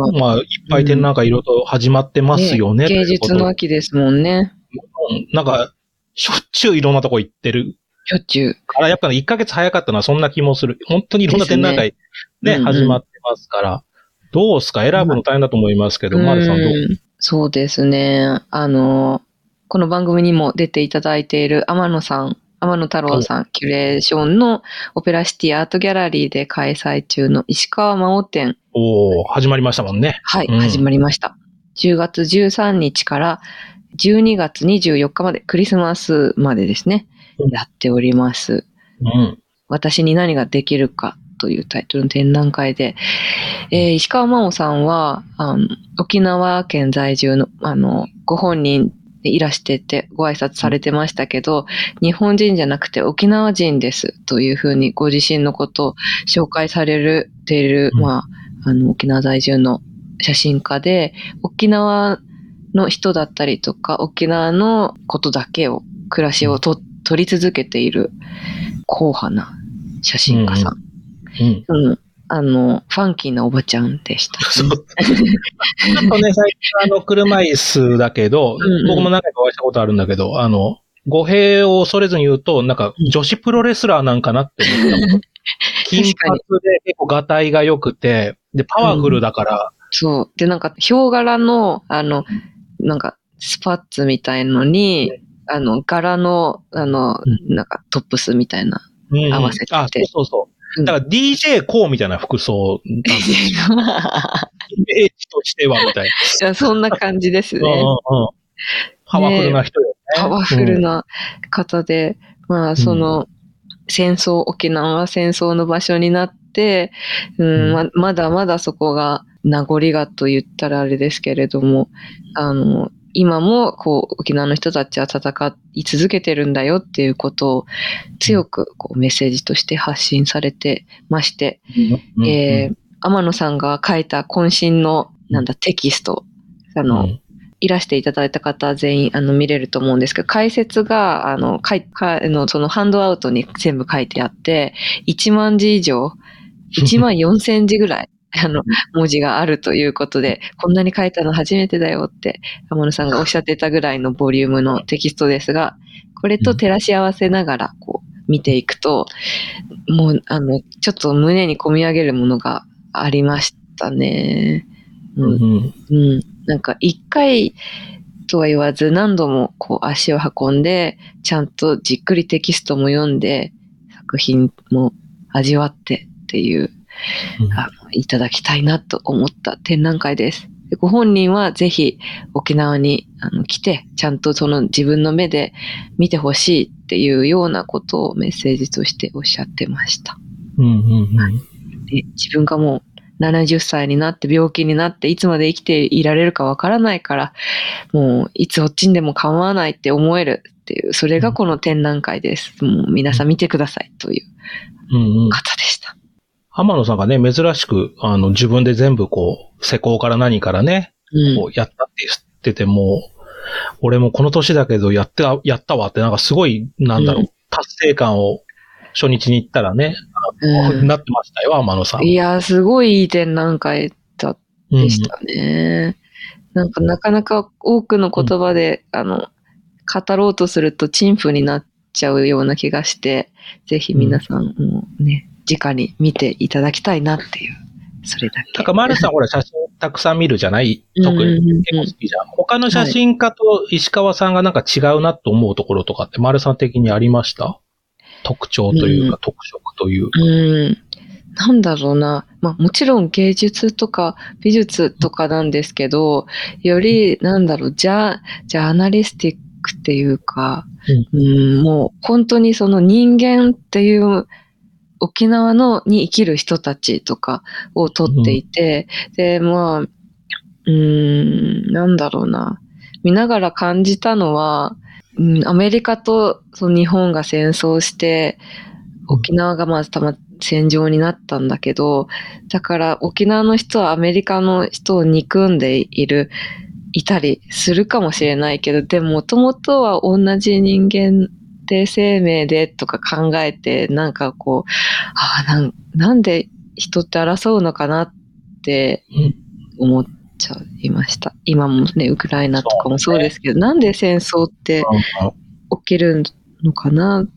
まあ、いっぱい展覧会いろいろと始まってますよね。 ね、芸術の秋ですもんね。 うん、なんか、しょっちゅういろんなとこ行ってる。 しょっちゅう。 あら、やっぱいっかげつ早かったのはそんな気もする。本当にいろんな展覧会ね、ね、うんうん、始まってますから。どうすか？選ぶの大変だと思いますけど、まるさんどう？ そうですね。あの、この番組にも出ていただいている天野さん。天野太郎さん、キュレーションのオペラシティアートギャラリーで開催中の石川真央展。 おー、始まりましたもんね。 はい、うん、始まりました。じゅうがつじゅうさんにちからじゅうにがつにじゅうよっかまで、クリスマスまでですね、うん、やっております。 うん、 私に何ができるかというタイトルの展覧会で、えー、石川真央さんはあの沖縄県在住の、あのご本人いらしててご挨拶されてましたけど、日本人じゃなくて沖縄人ですというふうにご自身のことを紹介されている、まあ、あの沖縄在住の写真家で、沖縄の人だったりとか沖縄のことだけを暮らしをと撮り続けている硬派な写真家さん、 うんうんうん、あのファンキーなおばちゃんでした。 そうちょっとね、最近あの車椅子だけど、うんうん、僕も何回かお会いしたことあるんだけど、あの語弊を恐れずに言うと、なんか女子プロレスラーなんかなって思ったもん。金髪で結構ガタイが良くて、で、パワフルだから。うん、 そう。で、なんか、ヒョウ柄の、あの、なんか、スパッツみたいのに、うん、あの、柄の、あの、うん、なんか、トップスみたいな、合わせてて。 あ、そうそうそう。だから ディージェー コーみたいな服装なんですよ。イメージとしてはみたいな。いや、そんな感じですね。うんうんうん、 パワフルな人よね。 パワフルな方で、うん、まあ、その、戦争、沖縄は戦争の場所になって、うんま、まだまだそこが名残がと言ったらあれですけれども、あの、今もこう沖縄の人たちは戦い続けてるんだよっていうことを強くこうメッセージとして発信されてまして、うんえー、天野さんが書いた渾身のなんだテキスト、あの、うんいらしていただいた方は全員あの見れると思うんですけど、解説があのかいかあのそのハンドアウトに全部書いてあって、いちまんじ以上、いちまんよんせんじぐらいあの文字があるということで、こんなに書いたの初めてだよって天野さんがおっしゃってたぐらいのボリュームのテキストですが、これと照らし合わせながらこう見ていくと、もうあのちょっと胸に込み上げるものがありましたね。うん、うんなんか一回とは言わず何度もこう足を運んでちゃんとじっくりテキストも読んで作品も味わってっていう、うん、あのいただきたいなと思った展覧会です。でご本人はぜひ沖縄にあの来てちゃんとその自分の目で見てほしいっていうようなことをメッセージとしておっしゃってました。 うんうんうん、 で自分がもうななじゅっさいになって病気になっていつまで生きていられるかわからないからもういつ落ちんでも構わないって思えるっていうそれがこの展覧会です。もう皆さん見てくださいという方でした。 うんうん、浜野さんがね珍しくあの自分で全部こう施工から何からね、うん、こうやったって言ってても俺もこの年だけどやってやったわってなんかすごいなんだろう、うん、達成感を初日に行ったらね、うん、なってましたよ、天野さん。 いや、すごいいい展覧会だでしたね。うん、なんかなかなか多くの言葉で、うん、あの、語ろうとすると陳腐になっちゃうような気がして、ぜひ皆さんもね、うん、直に見ていただきたいなっていう、それだけ。 なんか丸さんほら写真たくさん見るじゃない特に結構好きじゃん。他の写真家と石川さんがなんか違うなと思うところとかって丸さん的にありました？特徴というか、うん、特色というか。 うん。なんだろうな。まあもちろん芸術とか美術とかなんですけど、よりなんだろう、ジャー、ジャーナリスティックっていうか、うん、うんもう本当にその人間っていう沖縄のに生きる人たちとかを撮っていて、うん、で、まあ、うーん、なんだろうな。見ながら感じたのは、うん、アメリカとその日本が戦争して沖縄がまずたま戦場になったんだけど、だから沖縄の人はアメリカの人を憎んでいるいたりするかもしれないけど、でも元々は同じ人間で生命でとか考えてなんかこうあなん、なんで人って争うのかなって思ってちゃいました。今もね、ウクライナとかもそうですけど、ね、なんで戦争って起きるのかなって。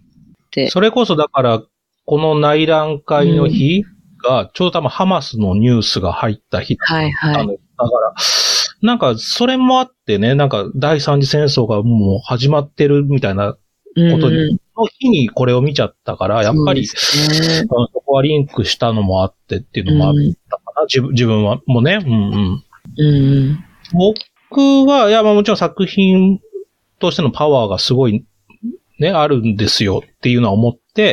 それこそだから、この内覧会の日が、ちょうど多分ハマスのニュースが入った日だったの、はいはい、だから、なんかそれもあってね、なんか第三次戦争がもう始まってるみたいなことに、うん、の日にこれを見ちゃったから、やっぱり そ,、ね、そこはリンクしたのもあってっていうのもあったかな、うん、自分、自分はもうね、うんうんうん、 僕は、いや、まあもちろん作品としてのパワーがすごいね、あるんですよっていうのは思って、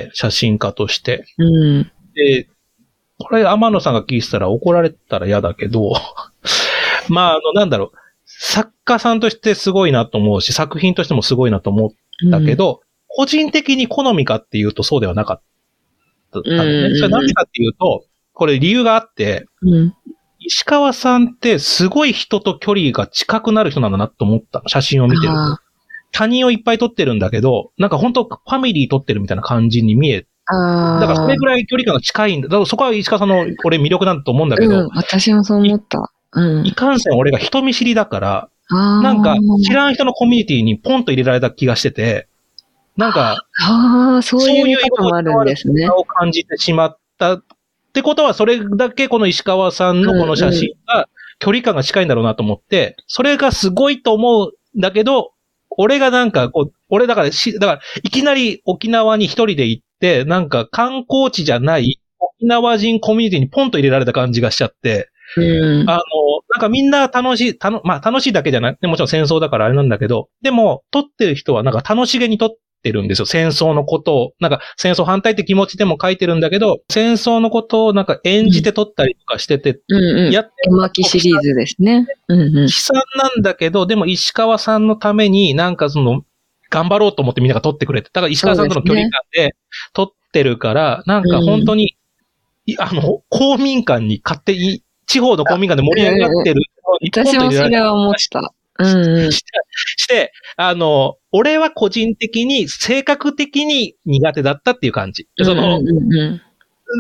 写真家として。 うん、 で、これ天野さんが聞いてたら怒られたら嫌だけど、まあ、あの、なんだろう、作家さんとしてすごいなと思うし、作品としてもすごいなと思ったけど、うん、個人的に好みかっていうとそうではなかったのね。うん、それなぜかっていうと、これ理由があって、 うん石川さんってすごい人と距離が近くなる人なんだなと思った写真を見てると。他人をいっぱい撮ってるんだけど、なんか本当ファミリー撮ってるみたいな感じに見え、 あだからそれぐらい距離感が近いんだ。だからそこは石川さんの俺魅力なんだと思うんだけど、 うん、私もそう思った。うん、 いかんせん俺が人見知りだから、なんか知らん人のコミュニティにポンと入れられた気がしてて、 なんか、 ああ、そういう見方もあるんですね。 を感じてしまったってことは、それだけこの石川さんのこの写真が距離感が近いんだろうなと思って、それがすごいと思うんだけど、俺がなんかこう、俺だからし、だからいきなり沖縄に一人で行って、なんか観光地じゃない沖縄人コミュニティにポンと入れられた感じがしちゃって、 うん、 あの、なんかみんな楽しい、たの、まあ楽しいだけじゃない。もちろん戦争だからあれなんだけど、でも撮ってる人はなんか楽しげに撮ってるんですよ。戦争のことを。なんか戦争反対って気持ちでも書いてるんだけど、戦争のことをなんか演じて撮ったりとかしてて、 うんうん、やってる。絵巻シリーズですね。うんうん。 悲惨なんだけど、でも石川さんのためになんかその、頑張ろうと思ってみんなが撮ってくれて、だから石川さんとの距離感で撮ってるから、なんか本当に、うん、あの、公民館に勝手に、地方の公民館で盛り上がってる。 私もそれは思った。うんうん、 して、して、あの、俺は個人的に、性格的に苦手だったっていう感じ。その、うんうんうん、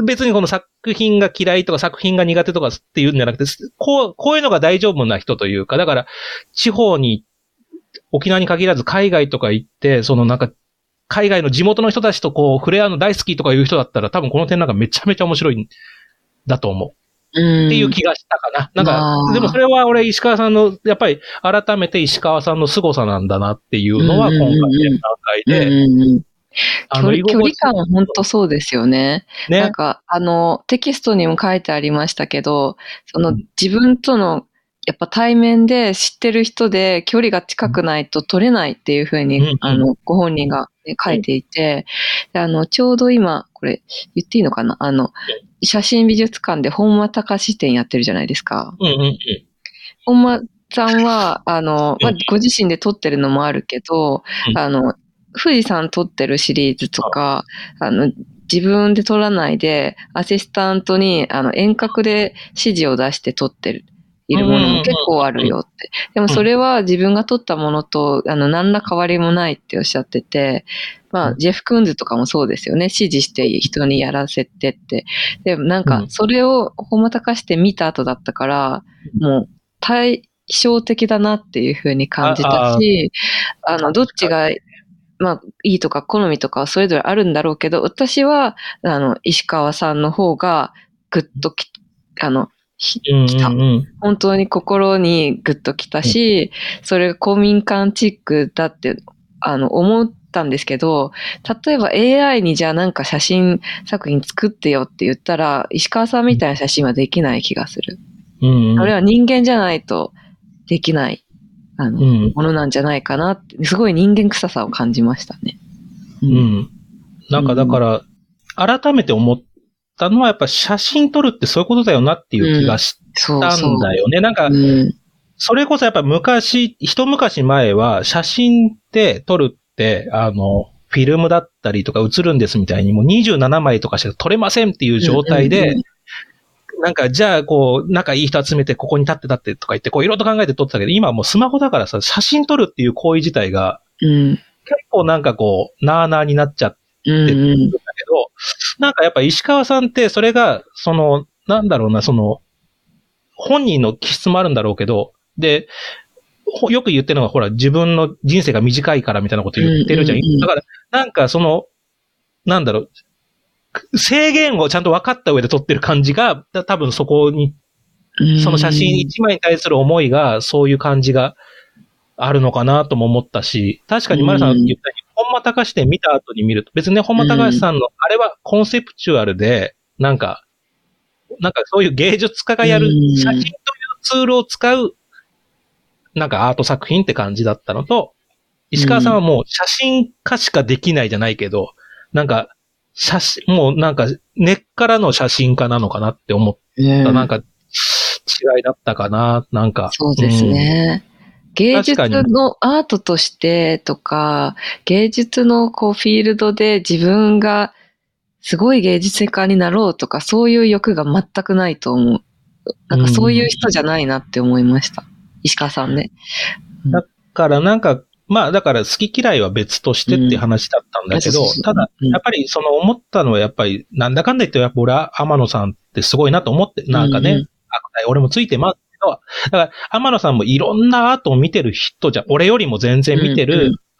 別にこの作品が嫌いとか作品が苦手とかっていうんじゃなくて、こう、こういうのが大丈夫な人というか、だから、地方に、沖縄に限らず海外とか行って、そのなんか、海外の地元の人たちとこう、触れ合うの大好きとかいう人だったら、多分この点なんかめちゃめちゃ面白いんだと思う。っていう気がしたかな。なんか、でもそれは俺石川さんの、やっぱり改めて石川さんの凄さなんだなっていうのは今回の段階で、 うんうんうん、あの距離感は本当そうですよね。ね、なんか、あの、テキストにも書いてありましたけど、その自分とのやっぱ対面で知ってる人で距離が近くないと取れないっていうふうに、うんうん、あの、ご本人が、ね、書いていて、であの、ちょうど今、これ言っていいのかな、あの、写真美術館で本間隆展やってるじゃないですか。 うんうんうん、 本間さんは、あの、まあ、ご自身で撮ってるのもあるけど、うん、あの、富士山撮ってるシリーズとか、あの、自分で撮らないで、アシスタントに、あの、遠隔で指示を出して撮ってる。いるものも結構あるよって。でもそれは自分が撮ったものと、あの、何ら変わりもないっておっしゃってて、まあ、ジェフ・クンズとかもそうですよね。指示して人にやらせてって。でもなんか、それをほまたかして見た後だったから、もう、対照的だなっていうふうに感じたし、あの、どっちが、まあ、いいとか好みとかはそれぞれあるんだろうけど、私は、あの、石川さんの方が、ぐっとき、あの、来た、うんうんうん。本当に心にグッと来たし、それが公民館チックだってあの思ったんですけど、例えば エーアイ にじゃあなんか写真作品作ってよって言ったら、石川さんみたいな写真はできない気がする。うんうん、あれは人間じゃないとできないあの、うん、ものなんじゃないかなって、すごい人間臭さを感じましたね。 うん。うん、なんかだから、改めて思ったのはやっぱ写真撮るってそういうことだよなっていう気がしたんだよね。うん、そうそうなんか、うん、それこそやっぱ昔、一昔前は写真って撮るって、あの、フィルムだったりとか映るんですみたいにもうにじゅうななまいとかしか撮れませんっていう状態で、うんうんうん、なんかじゃあこう、仲いい人集めてここに立って立ってとか言ってこういろいろと考えて撮ってたけど、今はもうスマホだからさ、写真撮るっていう行為自体が、うん、結構なんかこう、なーなーになっちゃってるんだけど、うんうん、なんかやっぱ石川さんってそれが、その、なんだろうな、その、本人の気質もあるんだろうけど、で、よく言ってるのがほら、自分の人生が短いからみたいなこと言ってるじゃん。うんうんうん、だから、なんかその、なんだろう、制限をちゃんと分かった上で撮ってる感じが、多分そこに、その写真一枚に対する思いが、そういう感じがあるのかなとも思ったし、確かにマリさんが言ったように、本間隆展見た後に見ると、別にね、本間隆さんの、あれはコンセプチュアルで、なんか、なんかそういう芸術家がやる写真というツールを使う、なんかアート作品って感じだったのと、石川さんはもう写真家しかできないじゃないけど、なんか、写真、もうなんか根っからの写真家なのかなって思った。なんか違いだったかな、なんか。 そうですね。うん、芸術のアートとしてとか、芸術のこうフィールドで自分がすごい芸術家になろうとか、そういう欲が全くないと思う。なんかそういう人じゃないなって思いました。うん、石川さんね。 だからなんか、まあだから好き嫌いは別としてって話だったんだけど、うん、ただ、やっぱりその思ったのはやっぱり、なんだかんだ言ってやっぱ俺は天野さんってすごいなと思って、なんかね、うん、俺もついてますけど、だから天野さんもいろんなアートを見てる人じゃ、俺よりも全然見てる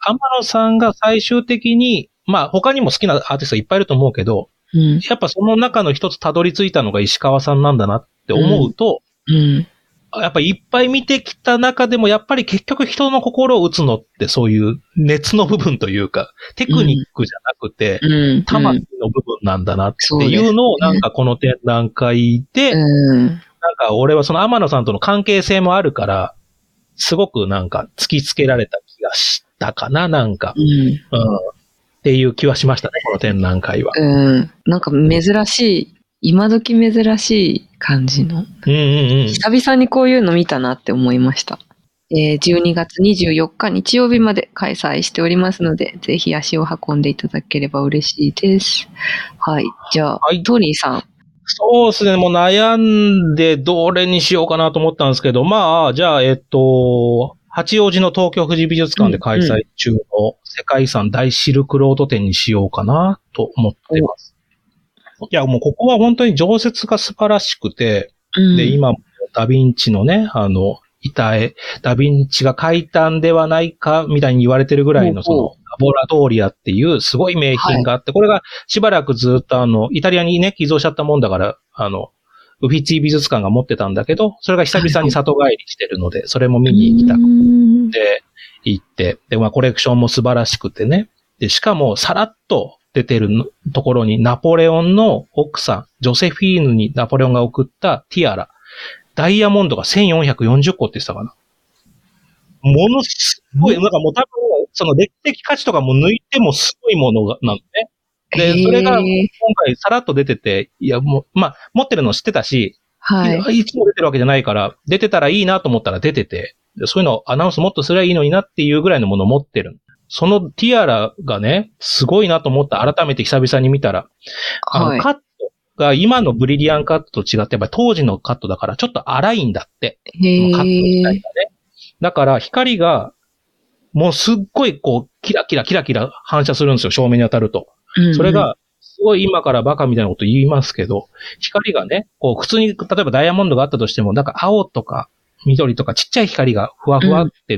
天野さんが最終的に、まあ他にも好きなアーティストいっぱいいると思うけど、うん、やっぱその中の一つたどり着いたのが石川さんなんだなって思うと、うんうんやっぱりいっぱい見てきた中でも、やっぱり結局人の心を打つのってそういう熱の部分というか、テクニックじゃなくて、うん、魂の部分なんだなっていうのを、なんかこの展覧会で、うん、なんか俺はその天野さんとの関係性もあるから、すごくなんか突きつけられた気がしたかな、なんか。うんうん、っていう気はしましたね、この展覧会は。 うん。なんか珍しい、今時珍しい感じの。うんうんうん。久々にこういうの見たなって思いました。えー、じゅうにがつにじゅうよっか日曜日まで開催しておりますので、ぜひ足を運んでいただければ嬉しいです。はい。じゃあ、はい、トニーさん。 そうですね。もう悩んでどれにしようかなと思ったんですけど、まあ、じゃあ、えっと、八王子の東京富士美術館で開催中の世界遺産大シルクロード展にしようかなと思ってます。いや、もうここは本当に常設が素晴らしくて、うん、で、今、ダヴィンチのね、あの、板絵、ダヴィンチが描いたんではないか、みたいに言われてるぐらいの、その、ラボラトーリアっていうすごい名品があって、はい、これがしばらくずっとあの、イタリアにね、寄贈しちゃったもんだから、あの、ウフィッツィ美術館が持ってたんだけど、それが久々に里帰りしてるので、それも見に行きたくて、行って、で、まあコレクションも素晴らしくてね。で、しかもさらっと出てるところにナポレオンの奥さん、ジョセフィーヌにナポレオンが送ったティアラ、ダイヤモンドがせんよんひゃくよんじゅっこって言ってたかな。ものすごい、なんかもう多分、その歴史的価値とかも抜いてもすごいものが、なのね。で、それが今回さらっと出てて、いやもう、まあ、持ってるの知ってたし、はい。いつも出てるわけじゃないから、出てたらいいなと思ったら出てて、そういうのアナウンスもっとすればいいのになっていうぐらいのものを持ってる。そのティアラがね、すごいなと思った改めて久々に見たら、あの、はい、カットが今のブリリアンカットと違って、やっぱり当時のカットだからちょっと荒いんだって。へカット自体がね。だから光が、もうすっごいこう、キラキラキラキラ反射するんですよ、正面に当たると。うんうん、それが、すごい今からバカみたいなこと言いますけど、光がね、こう普通に、例えばダイヤモンドがあったとしても、なんか青とか緑とかちっちゃい光がふわふわって、うん、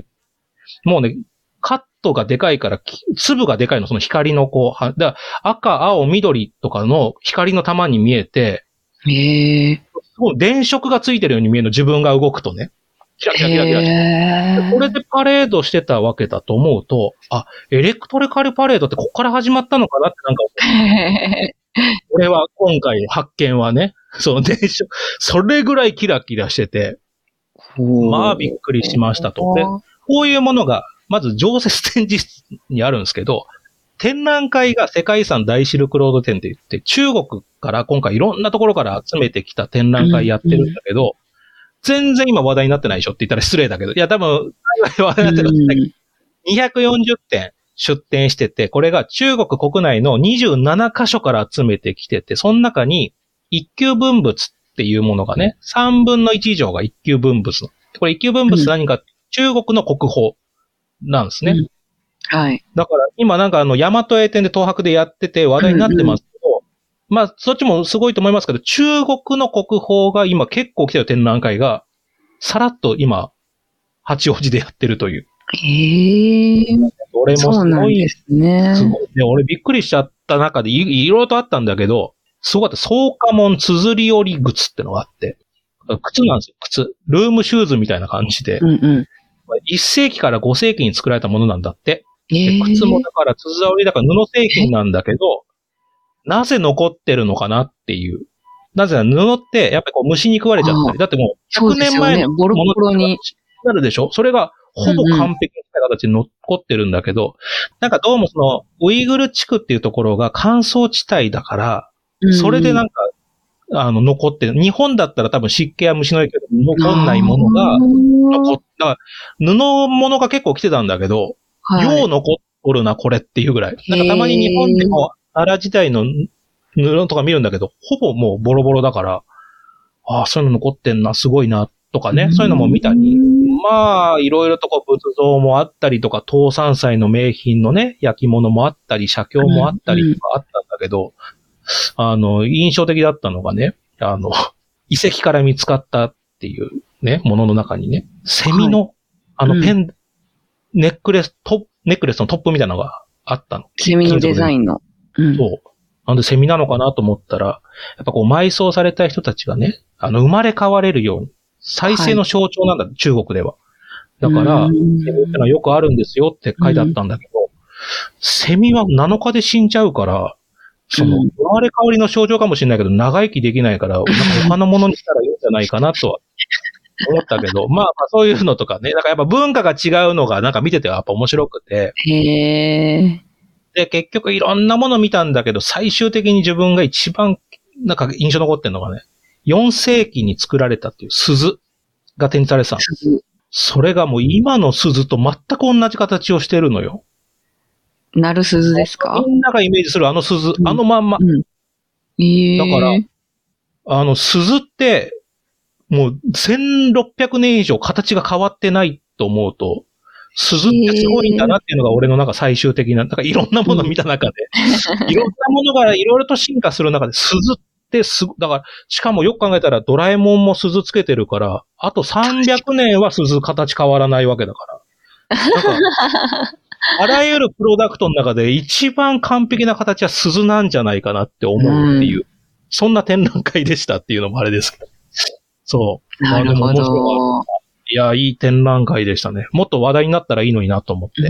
もうね、カットがでかいから、粒がでかいの、その光のこう、だから赤、青、緑とかの光の玉に見えて、へー。電飾がついてるように見えるの、自分が動くとね。キラキラキラキラして。これでパレードしてたわけだと思うと、あ、エレクトリカルパレードってここから始まったのかなってなんか思う。これは今回の発見はね、その電飾、それぐらいキラキラしてて、まあびっくりしましたと。で、こういうものが、まず常設展示室にあるんですけど、展覧会が世界遺産大シルクロード展って言って、中国から今回いろんなところから集めてきた展覧会やってるんだけど、うんうん、全然今話題になってないでしょって言ったら失礼だけど、いや多分、話題になってるんだけど、にひゃくよんじゅってん出展してて、これが中国国内のにじゅうななカ所から集めてきてて、その中に一級文物っていうものがね、さんぶんのいち以上が一級文物の。これ一級文物何か、うん、中国の国宝なんですね。うん、はい。だから今なんかあの、大和絵展で東博でやってて話題になってますけど、うんうん、まあそっちもすごいと思いますけど、中国の国宝が今結構来てる展覧会が、さらっと今、八王子でやってるという。へえ。俺もすごい。そうなんですね。すごいね。俺びっくりしちゃった中でい、いろいろとあったんだけど、すごかった。草加門綴り折り靴ってのがあって、靴なんですよ、靴。ルームシューズみたいな感じで。うんうん、いっ世紀からご世紀に作られたものなんだって。で靴もだから綴り折りだから布製品なんだけど、なぜ残ってるのかなっていう。なぜなら布ってやっぱりこう虫に食われちゃったり、だってもうひゃくねんまえのものになるでしょ。それがほぼ完璧な形に残ってるんだけど、うんうん、なんかどうもそのウイグル地区っていうところが乾燥地帯だから、それでなんか、あの残ってる。日本だったら多分湿気や虫の影響で残んないものが残った。布物が結構来てたんだけど、はい、よう残っるなこれっていうぐらい。なんかたまに日本でも奈良時代の布とか見るんだけど、ほぼもうボロボロだから、ああ、そういうの残ってんな、すごいな、とかね、そういうのも見たり、まあ、いろいろとこう仏像もあったりとか、東山祭の名品のね、焼き物もあったり、写経もあったりとかあったんだけど、あの、印象的だったのがね、あの、遺跡から見つかったっていうね、ものの中にね、セミの、はい、あのペン、うん、ネックレス、と、 ネックレスのトップみたいなのがあったの。 セミのデザインの。 うん、そう。なんでセミなのかなと思ったら、やっぱこう埋葬された人たちがね、あの、生まれ変われるように、再生の象徴なんだ、はい、中国では。だから、セミってのはよくあるんですよって書いてあったんだけど、セミはなのかで死んじゃうから、その、生まれ変わりの象徴かもしれないけど、長生きできないから、なんか他のものにしたらいいんじゃないかなとは思ったけど、まあまあそういうのとかね、なんかやっぱ文化が違うのがなんか見ててはやっぱ面白くて。 へー。 で、結局いろんなもの見たんだけど、最終的に自分が一番なんか印象残ってるのがね、よん世紀に作られたっていう鈴が展示されてたんです。それがもう今の鈴と全く同じ形をしてるのよ。 鳴る鈴ですか？ みんながイメージするあの鈴、うん、あのまんま。うんえー、 だから、あの鈴って、もうせんろっぴゃくねん以上形が変わってないと思うと、鈴ってすごいんだなっていうのが俺のなんか最終的な、なんかいろんなものを見た中で、うん、いろんなものがいろいろと進化する中で鈴ってすご、だから、しかもよく考えたらドラえもんも鈴つけてるから、あとさんびゃくねんは鈴形変わらないわけだから。なんかあらゆるプロダクトの中で一番完璧な形は鈴なんじゃないかなって思うっていう、うん、そんな展覧会でしたっていうのもあれですけど。そう。 なるほど。 まあ、でも面白かった。いや、いい展覧会でしたね。もっと話題になったらいいのになと思って、うん、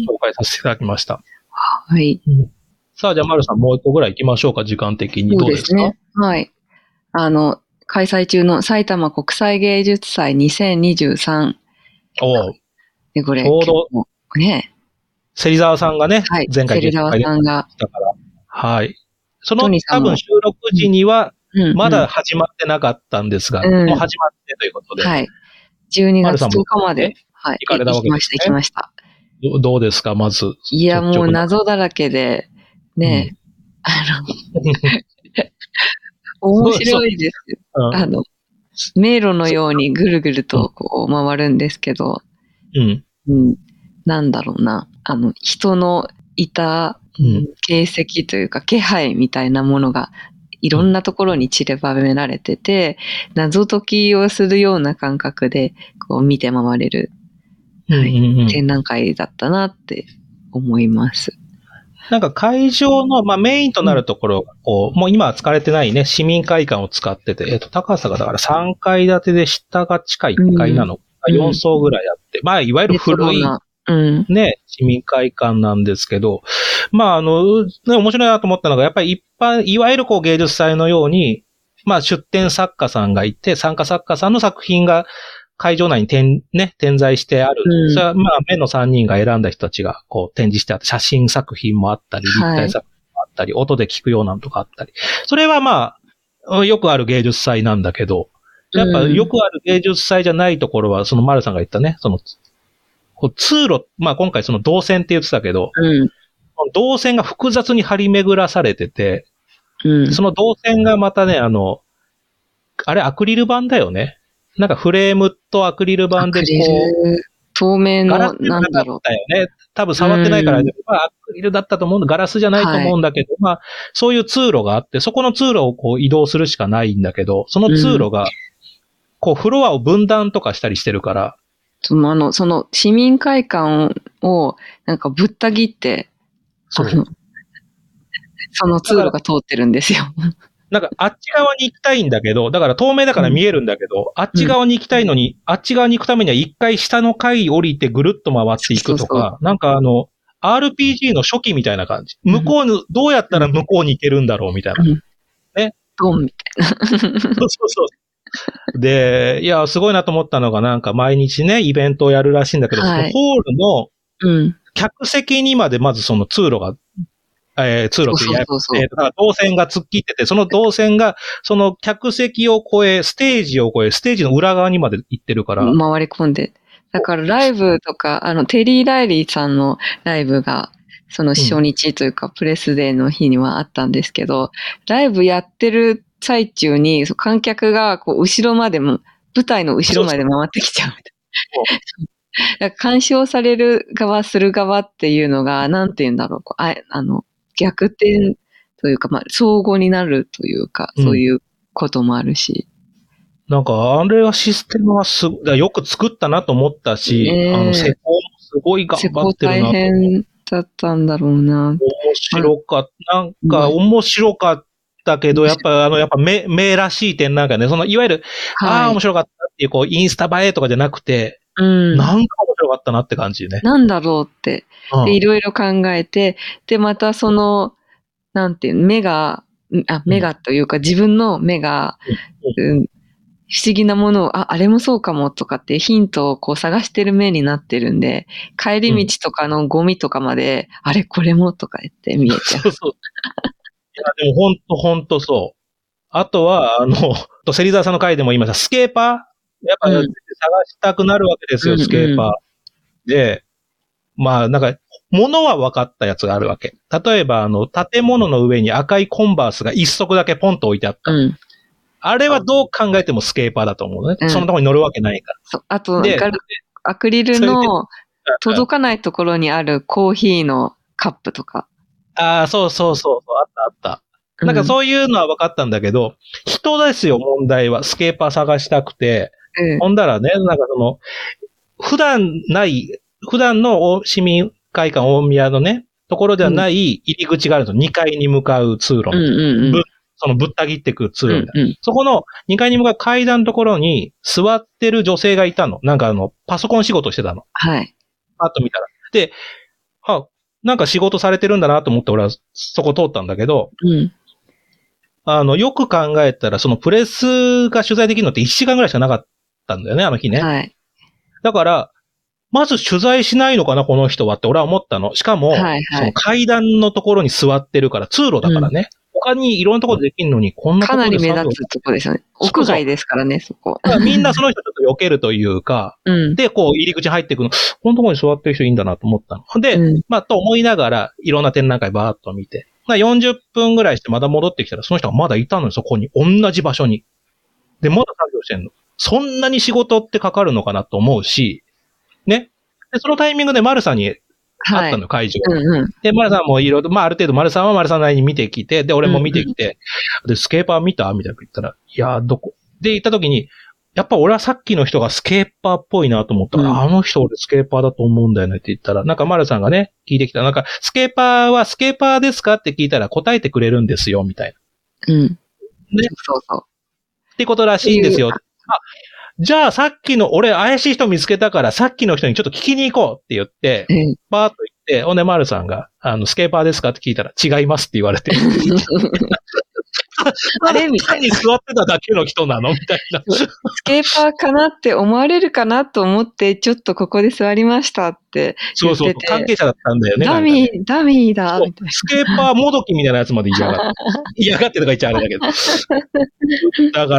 紹介させていただきました。 はい。 うん、さあ、じゃあ、丸さんもう一個ぐらい行きましょうか、時間的に。どうですか？そうですね。 はい。あの、開催中の埼玉国際芸術祭にせんにじゅうさん。 おう。 で、これ、 ちょうど、 ね。 芹沢さんがね、 はい、 前回芹沢さんが。 はい。その多分収録時には、まだ始まってなかったんですが、うん、もう始まってということで。 はい。じゅうにがつとおかまで、はい、 行かれたわけですね。 行きました、行きました。 どうですか、まず。 いや、もう謎だらけで、ね、うん、あの、面白いです。うん、あの、迷路のようにぐるぐるとこう回るんですけど、 うん。 うん、なんだろうな、あの、人のいた形跡というか、気配みたいなものが、いろんなところに散りばめられてて、謎解きをするような感覚でこう見て回れる、はい、うんうんうん、展覧会だったなって思います。 なんか会場の、まあ、メインとなるところがこう、うん、もう今は使われてないね、市民会館を使ってて、えっと、高さがだからさんかい建てで下が地下いっかいなのがよん層ぐらいあって、うん、まあ、いわゆる古い、うん、ね、市民会館なんですけど、まあ、あの、ね、面白いなと思ったのが、やっぱり一般、いわゆるこう芸術祭のように、まあ、出展作家さんがいて、参加作家さんの作品が会場内に点、ね、点在してある。うん、それは、まあ、目のさんにんが選んだ人たちがこう展示してあって、写真作品もあったり、立体作品もあったり、はい、音で聞くようなのとかあったり。それはまあ、よくある芸術祭なんだけど、やっぱよくある芸術祭じゃないところは、その丸さんが言ったね、その、こう通路、まあ今回その動線って言ってたけど、うん、動線が複雑に張り巡らされてて、うん、その動線がまたね、あの、あれアクリル板だよね。なんかフレームとアクリル板でこう、 透明の、なんだろう。 だよね。多分触ってないから、うん、まあアクリルだったと思うんだ、ガラスじゃないと思うんだけど、はい、まあそういう通路があって、そこの通路をこう移動するしかないんだけど、その通路が、こうフロアを分断とかしたりしてるから、 その、あの、その市民会館をなんかぶった切って、 そうあのその通路が通ってるんですよ。 なんかあっち側に行きたいんだけど、だから透明だから見えるんだけど、うん、あっち側に行きたいのに、うん、あっち側に行くためには一回下の階降りてぐるっと回っていくとか、そうそうそう、なんかあの、アールピージー の初期みたいな感じ。向こうに、どうやったら向こうに行けるんだろうみたいな。うん、ね。 ドンみたいな。 そうそうそう。で、いや、すごいなと思ったのが、なんか毎日ね、イベントをやるらしいんだけど、はい、ホールの客席にまでまずその通路が、えー、通路ってやって、だから動線が突っ切ってて、その動線が、その客席を越え、ステージを越え、ステージの裏側にまで行ってるから。 回り込んで。だからライブとか、あの、テリー・ライリーさんのライブが、その初日というか、プレスデーの日にはあったんですけど、ライブやってる最中に観客がこう後ろまでも、舞台の後ろまで回ってきちゃうみたいな。だから鑑賞される側、する側っていうのが、なんて言うんだろう、ああの、逆転というか、まあ、相互になるというか、そういうこともあるし。 うん、なんか、あれはシステムはす、よく作ったなと思ったし、えー、あの、施工もすごい頑張ってるな。 大変だったんだろうな。 面白かった。なんか、面白かったけど、やっぱ、あの、やっぱ、目、目らしい点なんかね、その、いわゆる、はい、ああ、面白かったっていう、こう、インスタ映えとかじゃなくて、うん、なんか面白かったなって感じね。 なんだろうって。で、いろいろ考えて、で、またその、なんていう、目が、あ、目がというか、自分の目が、うん、不思議なものを、あ、あれもそうかもとかってヒントをこう探してる目になってるんで、帰り道とかのゴミとかまで、うん、あれこれもとか言って見えちゃう。そうそう。 いや、でもほんとほんとそう。あとは、あの、芹沢さんの回でも言いました、スケーパーやっぱ、探したくなるわけですよ、うん、スケーパー。うんうん、で、まあ、なんか、物は分かったやつがあるわけ。例えば、あの、建物の上に赤いコンバースが一足だけポンと置いてあった。うん、あれはどう考えてもスケーパーだと思うね。うん、そのところに乗るわけないから。 そう。あと、アクリルの届かないところにあるコーヒーのカップとか。 ああ、そうそうそうそう、あったあった。なんかそういうのは分かったんだけど、うん、人ですよ、問題は。スケーパー探したくて。うん、ほんだらね、なんかその、普段ない、普段の市民会館大宮のね、ところではない入り口があるんですよ。うん、にかいに向かう通路の。うんうんうん、そのぶった切っていく通路みたいな。うんうん、そこのにかいに向かう階段のところに座ってる女性がいたの。なんかあの、パソコン仕事してたの。 はい。 パッと見たら。で、あ、なんか仕事されてるんだなと思って俺はそこ通ったんだけど、うん、あの、よく考えたらそのプレスが取材できるのっていちじかんぐらいしかなかったんだよね、あの日ね。はい。だから、まず取材しないのかな、この人はって俺は思ったの。しかも、はいはい、その階段のところに座ってるから、通路だからね。うん、他にいろんなところでできるのに、こんなところで。 かなり目立つところですよね。屋外ですからね、そこ。 みんなその人ちょっと避けるというか、うん、で、こう入り口入っていくの、このところに座ってる人いいんだなと思ったの。で、うん、まあ、と思いながら、いろんな展覧会バーっと見て、まあ、よんじゅっぷんぐらいしてまた戻ってきたら、その人がまだいたのよ、そこに。同じ場所に。で、まだ作業してんの。そんなに仕事ってかかるのかなと思うし、ね。で、そのタイミングで丸さんに会ったの、はい、会場。うんうん、で、丸さんもいろいろ、まあある程度丸さんは丸さんなりに見てきて、で、俺も見てきて、うんうん、で、スケーパー見たみたいなこと言ったら、いや、どこで、行った時に、やっぱ俺はさっきの人がスケーパーっぽいなと思ったから、うん、あの人俺スケーパーだと思うんだよねって言ったら、なんか丸さんがね、聞いてきた。なんか、スケーパーはスケーパーですかって聞いたら答えてくれるんですよ、みたいな。うん。ね。 そうそう。 ってことらしいんですよ。あ、じゃあさっきの、俺怪しい人見つけたからさっきの人にちょっと聞きに行こうって言って、うん、バーっと行って、おねまるさんが、あの、スケーパーですかって聞いたら違いますって言われて。あれみたいな。座ってただけの人なのみたいな。 スケーパーかなって思われるかなと思って、ちょっとここで座りましたって言ってて。そうそう、 関係者だったんだよね。 ダミー、ね、ダミーだ、みたいな。 スケーパーもどきみたいなやつまで嫌がって。嫌がってとか言っちゃあれだけど。だから、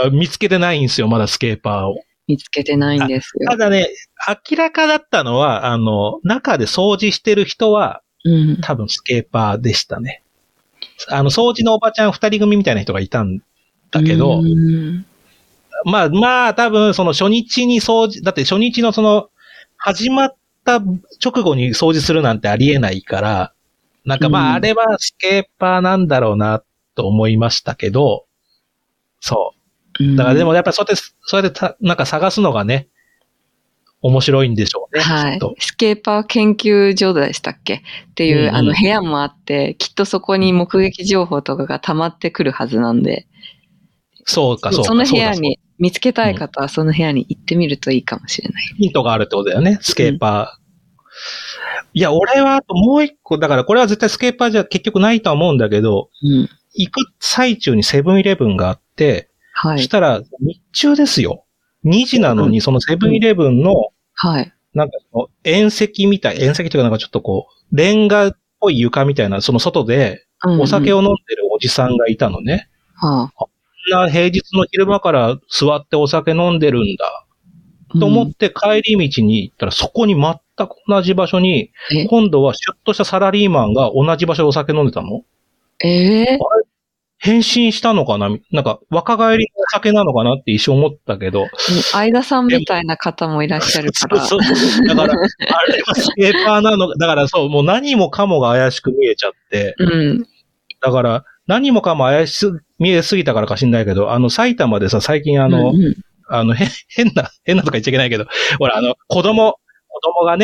見つけてないんですよ、まだスケーパーを。 見つけてないんですよ。 ただね、明らかだったのは、あの、中で掃除してる人は、うん、多分スケーパーでしたね。あの、掃除のおばちゃん二人組みたいな人がいたんだけど、まあ、まあ、多分、その初日に掃除、だって初日のその、始まった直後に掃除するなんてありえないから、なんかまあ、あれはスケーパーなんだろうな、と思いましたけど、そう。だからでもやっぱりそうやって、そうやってなんか探すのがね、面白いんでしょうね。 はい。スケーパー研究所でしたっけっていう、うんうん、あの部屋もあって、きっとそこに目撃情報とかが溜まってくるはずなんで。 そうか、そうか。 その部屋に、見つけたい方はその部屋に行ってみるといいかもしれない。 ヒントがあるってことだよね、スケーパー。うん、いや、俺はあともう一個、だからこれは絶対スケーパーじゃ結局ないとは思うんだけど、うん、行く最中にセブンイレブンがあって、はい。そしたら日中ですよ。にじなのにそのセブンイレブンの、はい。なんかその縁石みたい、縁石というかなんかちょっとこう、レンガっぽい床みたいな、その外でお酒を飲んでるおじさんがいたのね。うんうん、はあ、こんな平日の昼間から座ってお酒飲んでるんだ。と思って帰り道に行ったら、そこに全く同じ場所に、今度はシュッとしたサラリーマンが同じ場所でお酒飲んでたの。 ええー、 変身したのかななんか、若返りのお酒なのかなって一瞬思ったけど。 相田さんみたいな方もいらっしゃるから。 そうそう。だから、あれはスケーパーなのだからそう、もう何もかもが怪しく見えちゃって。うん。だから、何もかも怪しく見えすぎたからか知んないけど、あの、埼玉でさ、最近あの、うんうん、あの、変な、変なとか言っちゃいけないけど、ほら、あの、子供、子供がね、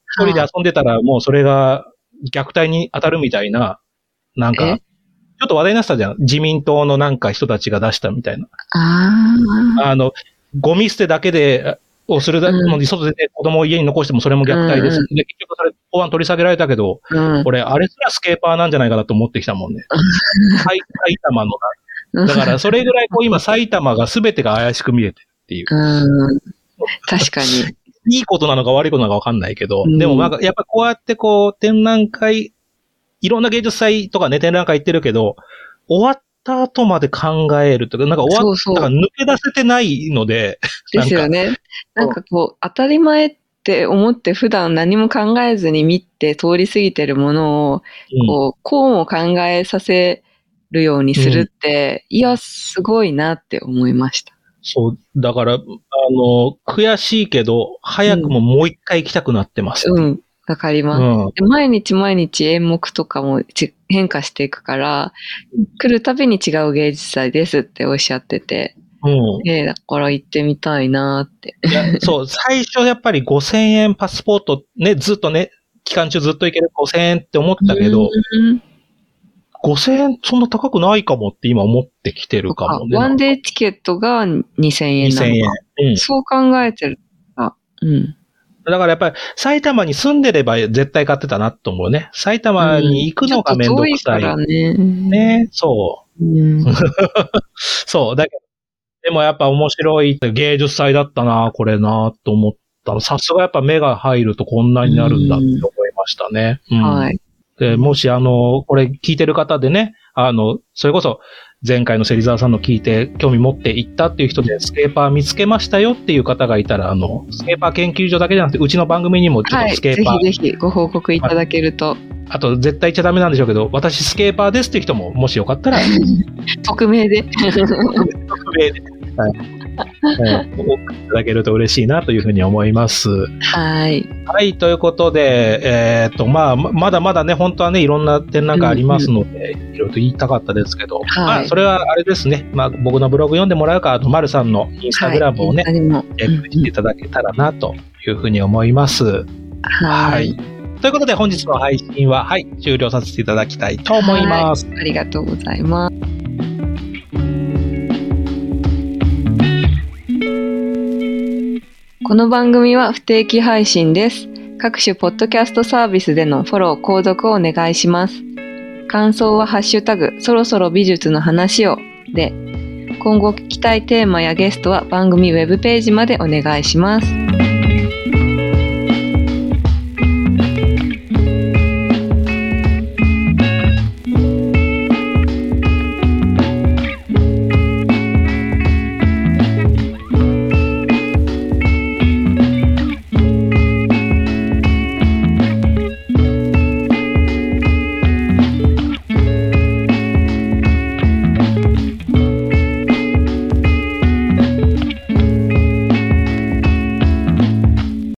一人で遊んでたらもうそれが虐待に当たるみたいな、なんか、ちょっと話題になってたじゃん。自民党のなんか人たちが出したみたいな。 ああの、ゴミ捨てだけで、をするのに外で子供を家に残してもそれも虐待です。うん、で、結局それ法案取り下げられたけど、うん、俺、あれすらスケーパーなんじゃないかなと思ってきたもんね。埼玉の。だから、それぐらいこう今埼玉が全てが怪しく見えてるっていう。 うん、確かに。 いいことなのか悪いことなのかわかんないけど、うん、でもなんかやっぱこうやってこう展覧会、いろんな芸術祭とかね、展覧会行ってるけど、終わった後まで考えるとか、なんか終わった、そうそう、抜け出せてないので。 ですよね。なんかこう、当たり前って思って普段何も考えずに見て通り過ぎてるものを、こう、こうも考えさせるようにするって、うん、いや、すごいなって思いました。 そう。だから、あの、悔しいけど、早くももう一回行きたくなってます。 うん。わかります、うん。毎日毎日演目とかも変化していくから、来るたびに違う芸術祭ですっておっしゃってて。うん。えー、だから行ってみたいなって。 いや、そう、最初やっぱりごせんえんパスポートね、ずっとね、期間中ずっと行けるごせんえんって思ったけど、うんごせんえんそんな高くないかもって今思ってきてるかもね。 ワンデーチケットがにせんえんなのか。にせんえん。うん。そう考えてる。あ、うん。 だからやっぱり埼玉に住んでれば絶対買ってたなと思うね。埼玉に行くのがめんどくさい。うん、ちょっと遠いからね。ね、そう。うん、そう。だけど、でもやっぱ面白い芸術祭だったな、これな、と思ったの。さすがやっぱ目が入るとこんなになるんだって思いましたね。うん、はい。で、もしあの、これ聞いてる方でね、あの、それこそ前回の芹沢さんの聞いて興味持って行ったっていう人でスケーパー見つけましたよっていう方がいたら、あの、スケーパー研究所だけじゃなくて、うちの番組にもちょっとスケーパー、 はい、ぜひぜひご報告いただけると。 あと、絶対言っちゃダメなんでしょうけど、私スケーパーですっていう人ももしよかったら。 匿名で。 匿名で。はい。はい、ご送りいただけると嬉しいなというふうに思います。 はい。 はい、ということで、えー、っと、まあ、まだまだね、本当はね、いろんな点なんかありますので、うんうん、いろいろと言いたかったですけど、はい、まあ、それはあれですね、まあ、僕のブログ読んでもらうか、あと、丸さんのインスタグラムをね、はい、チェックしていただけたらな、というふうに思います。はい。はい。ということで、本日の配信は、はい、終了させていただきたいと思います。 はい、ありがとうございます。この番組は不定期配信です。各種ポッドキャストサービスでのフォロー、購読をお願いします。感想はハッシュタグ、そろそろ美術の話をで、今後聞きたいテーマやゲストは番組ウェブページまでお願いします。